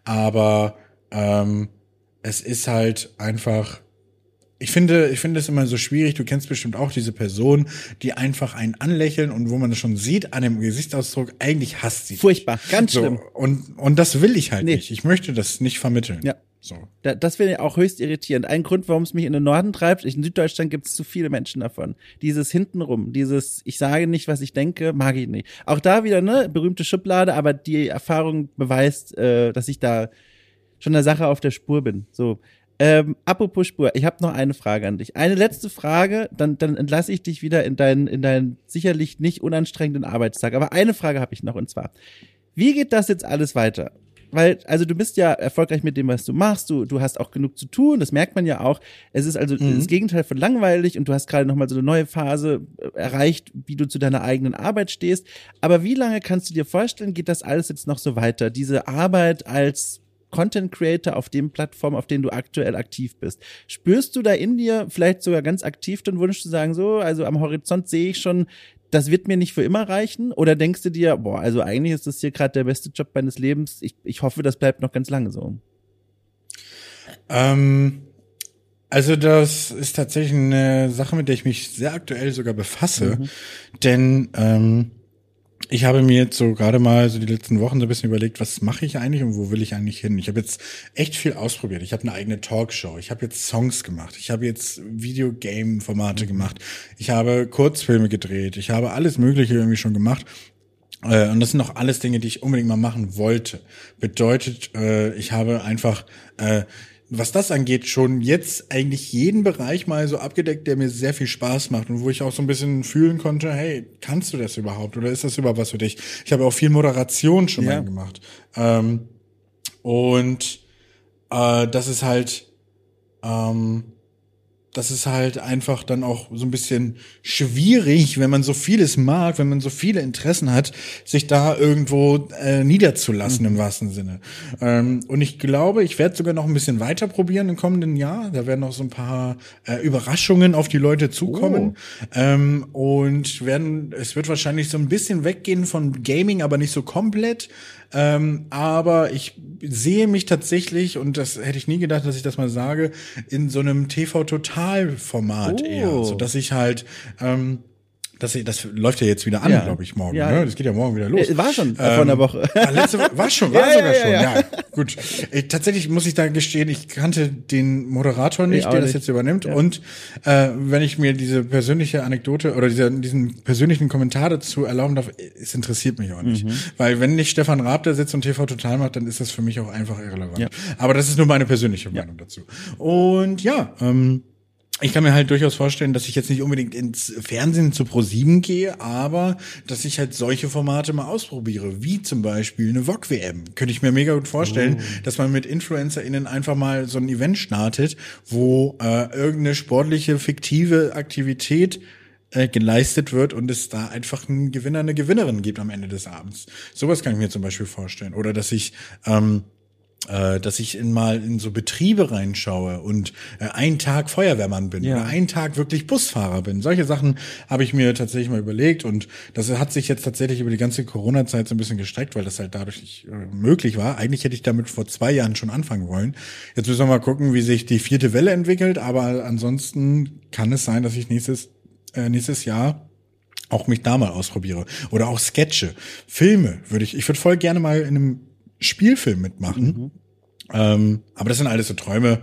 Aber ähm, es ist halt einfach, ich finde, ich finde es immer so schwierig, du kennst bestimmt auch diese Person, die einfach einen anlächeln und wo man das schon sieht an dem Gesichtsausdruck, eigentlich hasst sie. Furchtbar, ganz so, schlimm. Und, und das will ich halt nee. nicht. Ich möchte das nicht vermitteln. Ja. So. Da, das finde ich auch höchst irritierend. Ein Grund, warum es mich in den Norden treibt, in Süddeutschland gibt es zu viele Menschen davon. Dieses hintenrum, dieses ich sage nicht, was ich denke, mag ich nicht. Auch da wieder, ne, berühmte Schublade, aber die Erfahrung beweist, äh, dass ich da schon der Sache auf der Spur bin. So, ähm, apropos Spur, ich habe noch eine Frage an dich. Eine letzte Frage, dann, dann entlasse ich dich wieder in deinen, in deinen sicherlich nicht unanstrengenden Arbeitstag. Aber eine Frage habe ich noch, und zwar, wie geht das jetzt alles weiter? Weil, also du bist ja erfolgreich mit dem, was du machst, du du hast auch genug zu tun, das merkt man ja auch. Es ist also mhm. das Gegenteil von langweilig und du hast gerade nochmal so eine neue Phase erreicht, wie du zu deiner eigenen Arbeit stehst. Aber wie lange kannst du dir vorstellen, geht das alles jetzt noch so weiter? Diese Arbeit als Content Creator auf den Plattformen, auf denen du aktuell aktiv bist. Spürst du da in dir vielleicht sogar ganz aktiv den Wunsch zu sagen, so, also am Horizont sehe ich schon, das wird mir nicht für immer reichen? Oder denkst du dir, boah, also eigentlich ist das hier gerade der beste Job meines Lebens. Ich, ich hoffe, das bleibt noch ganz lange so. Ähm, also das ist tatsächlich eine Sache, mit der ich mich sehr aktuell sogar befasse. Mhm. Denn ähm, ich habe mir jetzt so gerade mal so die letzten Wochen so ein bisschen überlegt, was mache ich eigentlich und wo will ich eigentlich hin? Ich habe jetzt echt viel ausprobiert. Ich habe eine eigene Talkshow. Ich habe jetzt Songs gemacht. Ich habe jetzt Videogame-Formate gemacht. Ich habe Kurzfilme gedreht. Ich habe alles Mögliche irgendwie schon gemacht. Und das sind auch alles Dinge, die ich unbedingt mal machen wollte. Bedeutet, ich habe einfach was das angeht, schon jetzt eigentlich jeden Bereich mal so abgedeckt, der mir sehr viel Spaß macht und wo ich auch so ein bisschen fühlen konnte, hey, kannst du das überhaupt oder ist das überhaupt was für dich? Ich habe auch viel Moderation schon ja. mal gemacht. Ähm, und äh, das ist halt ähm, das ist halt einfach dann auch so ein bisschen schwierig, wenn man so vieles mag, wenn man so viele Interessen hat, sich da irgendwo äh, niederzulassen mhm. im wahrsten Sinne. Ähm, und ich glaube, ich werde sogar noch ein bisschen weiter probieren im kommenden Jahr. Da werden noch so ein paar äh, Überraschungen auf die Leute zukommen. Oh. Ähm, und werden, es wird wahrscheinlich so ein bisschen weggehen von Gaming, aber nicht so komplett. Ähm, aber ich sehe mich tatsächlich, und das hätte ich nie gedacht, dass ich das mal sage, in so einem T V-Total-Format oh. eher, so dass ich halt ähm, Das, das läuft ja jetzt wieder an, ja. glaube ich, morgen. Ja. Ne? Das geht ja morgen wieder los. Ja, war schon ähm, vor einer Woche. Ah, letzte Woche war schon, war ja, sogar ja, schon. Ja, ja. gut. Ich, tatsächlich muss ich da gestehen, ich kannte den Moderator nicht, der nicht. das jetzt übernimmt. Ja. Und äh, wenn ich mir diese persönliche Anekdote oder dieser, diesen persönlichen Kommentar dazu erlauben darf, es interessiert mich auch nicht. Mhm. Weil wenn nicht Stefan Raab da sitzt und T V Total macht, dann ist das für mich auch einfach irrelevant. Ja. Aber das ist nur meine persönliche Meinung ja. dazu. Und ja, ähm, Ich kann mir halt durchaus vorstellen, dass ich jetzt nicht unbedingt ins Fernsehen zu ProSieben gehe, aber dass ich halt solche Formate mal ausprobiere, wie zum Beispiel eine V O G-W M. Könnte ich mir mega gut vorstellen, oh. dass man mit InfluencerInnen einfach mal so ein Event startet, wo äh, irgendeine sportliche, fiktive Aktivität äh, geleistet wird und es da einfach einen Gewinner, eine Gewinnerin gibt am Ende des Abends. Sowas kann ich mir zum Beispiel vorstellen. Oder dass ich ähm, dass ich in mal in so Betriebe reinschaue und äh, einen Tag Feuerwehrmann bin ja. oder einen Tag wirklich Busfahrer bin. Solche Sachen habe ich mir tatsächlich mal überlegt und das hat sich jetzt tatsächlich über die ganze Corona-Zeit so ein bisschen gestreckt, weil das halt dadurch nicht äh, möglich war. Eigentlich hätte ich damit vor zwei Jahren schon anfangen wollen. Jetzt müssen wir mal gucken, wie sich die vierte Welle entwickelt, aber ansonsten kann es sein, dass ich nächstes äh, nächstes Jahr auch mich da mal ausprobiere. Oder auch Sketche, Filme würde ich, ich würde voll gerne mal in einem Spielfilm mitmachen. Mhm. Ähm, aber das sind alles so Träume,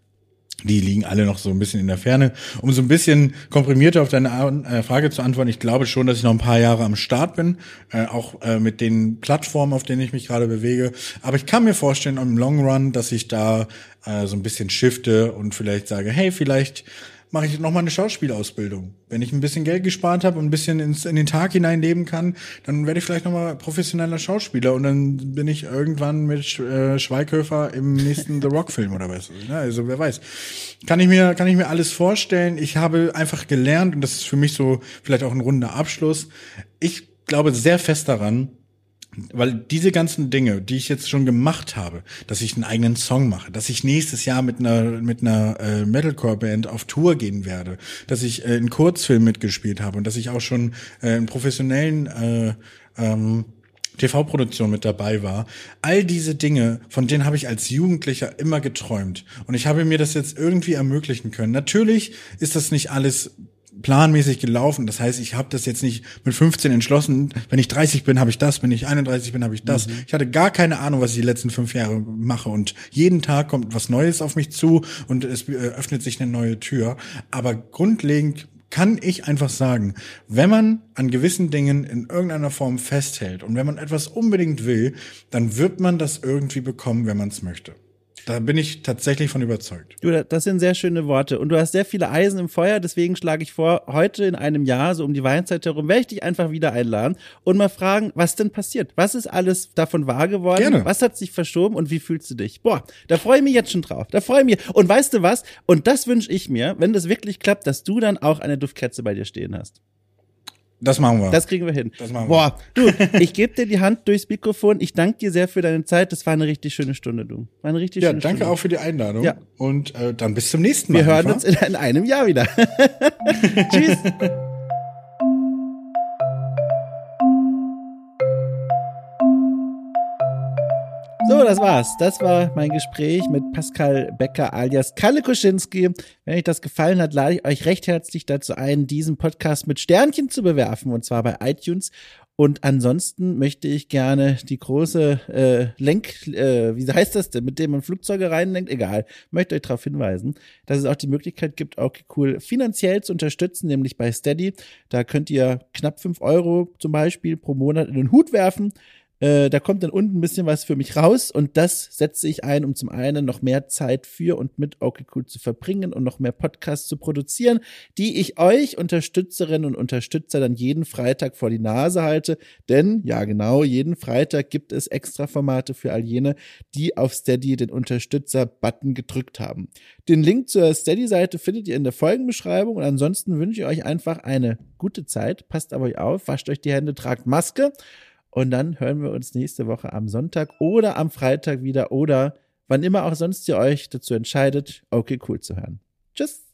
die liegen alle noch so ein bisschen in der Ferne. Um so ein bisschen komprimierter auf deine äh, Frage zu antworten, ich glaube schon, dass ich noch ein paar Jahre am Start bin, äh, auch äh, mit den Plattformen, auf denen ich mich gerade bewege. Aber ich kann mir vorstellen, im Long Run, dass ich da äh, so ein bisschen shifte und vielleicht sage, hey, vielleicht mache ich noch mal eine Schauspielausbildung. Wenn ich ein bisschen Geld gespart habe und ein bisschen ins, in den Tag hinein leben kann, dann werde ich vielleicht noch mal professioneller Schauspieler und dann bin ich irgendwann mit äh, Schweighöfer im nächsten The Rock-Film oder was. Ja, also wer weiß. Kann ich mir kann ich mir alles vorstellen. Ich habe einfach gelernt und das ist für mich so vielleicht auch ein runder Abschluss. Ich glaube sehr fest daran, weil diese ganzen Dinge, die ich jetzt schon gemacht habe, dass ich einen eigenen Song mache, dass ich nächstes Jahr mit einer mit einer äh, Metalcore-Band auf Tour gehen werde, dass ich äh, einen Kurzfilm mitgespielt habe und dass ich auch schon äh, in professionellen äh, ähm, T V-Produktion mit dabei war. All diese Dinge, von denen habe ich als Jugendlicher immer geträumt. Und ich habe mir das jetzt irgendwie ermöglichen können. Natürlich ist das nicht alles planmäßig gelaufen. Das heißt, ich habe das jetzt nicht mit fünfzehn entschlossen, wenn ich dreißig bin, habe ich das, wenn ich einunddreißig bin, habe ich das. Mhm. Ich hatte gar keine Ahnung, was ich die letzten fünf Jahre mache und jeden Tag kommt was Neues auf mich zu und es öffnet sich eine neue Tür. Aber grundlegend kann ich einfach sagen, wenn man an gewissen Dingen in irgendeiner Form festhält und wenn man etwas unbedingt will, dann wird man das irgendwie bekommen, wenn man es möchte. Da bin ich tatsächlich von überzeugt. Du, das sind sehr schöne Worte. Und du hast sehr viele Eisen im Feuer, deswegen schlage ich vor, heute in einem Jahr, so um die Weihnachtszeit herum, werde ich dich einfach wieder einladen und mal fragen, was denn passiert? Was ist alles davon wahr geworden? Gerne. Was hat sich verschoben und wie fühlst du dich? Boah, da freue ich mich jetzt schon drauf. Da freue ich mich. Und weißt du was? Und das wünsche ich mir, wenn das wirklich klappt, dass du dann auch eine Duftkerze bei dir stehen hast. Das machen wir. Das kriegen wir hin. Das machen wir. Boah, du, ich gebe dir die Hand durchs Mikrofon. Ich danke dir sehr für deine Zeit. Das war eine richtig schöne Stunde, du. War eine richtig ja, schöne danke Stunde. auch für die Einladung. Ja. Und äh, dann bis zum nächsten Mal. Wir hören einfach. uns in, in einem Jahr wieder. Tschüss. So, das war's. Das war mein Gespräch mit Pascal Becker alias Kalle Kuschinski. Wenn euch das gefallen hat, lade ich euch recht herzlich dazu ein, diesen Podcast mit Sternchen zu bewerfen, und zwar bei iTunes. Und ansonsten möchte ich gerne die große äh, Lenk, äh, wie heißt das denn, mit dem man Flugzeuge reinlenkt? Egal, möchte euch darauf hinweisen, dass es auch die Möglichkeit gibt, okay cool finanziell zu unterstützen, nämlich bei Steady. Da könnt ihr knapp fünf Euro zum Beispiel pro Monat in den Hut werfen. Äh, da kommt dann unten ein bisschen was für mich raus und das setze ich ein, um zum einen noch mehr Zeit für und mit okay cool zu verbringen und noch mehr Podcasts zu produzieren, die ich euch Unterstützerinnen und Unterstützer dann jeden Freitag vor die Nase halte, denn, ja genau, jeden Freitag gibt es Extraformate für all jene, die auf Steady den Unterstützer-Button gedrückt haben. Den Link zur Steady-Seite findet ihr in der Folgenbeschreibung und ansonsten wünsche ich euch einfach eine gute Zeit, passt aber euch auf, wascht euch die Hände, tragt Maske. Und dann hören wir uns nächste Woche am Sonntag oder am Freitag wieder oder wann immer auch sonst ihr euch dazu entscheidet, okay cool zu hören. Tschüss.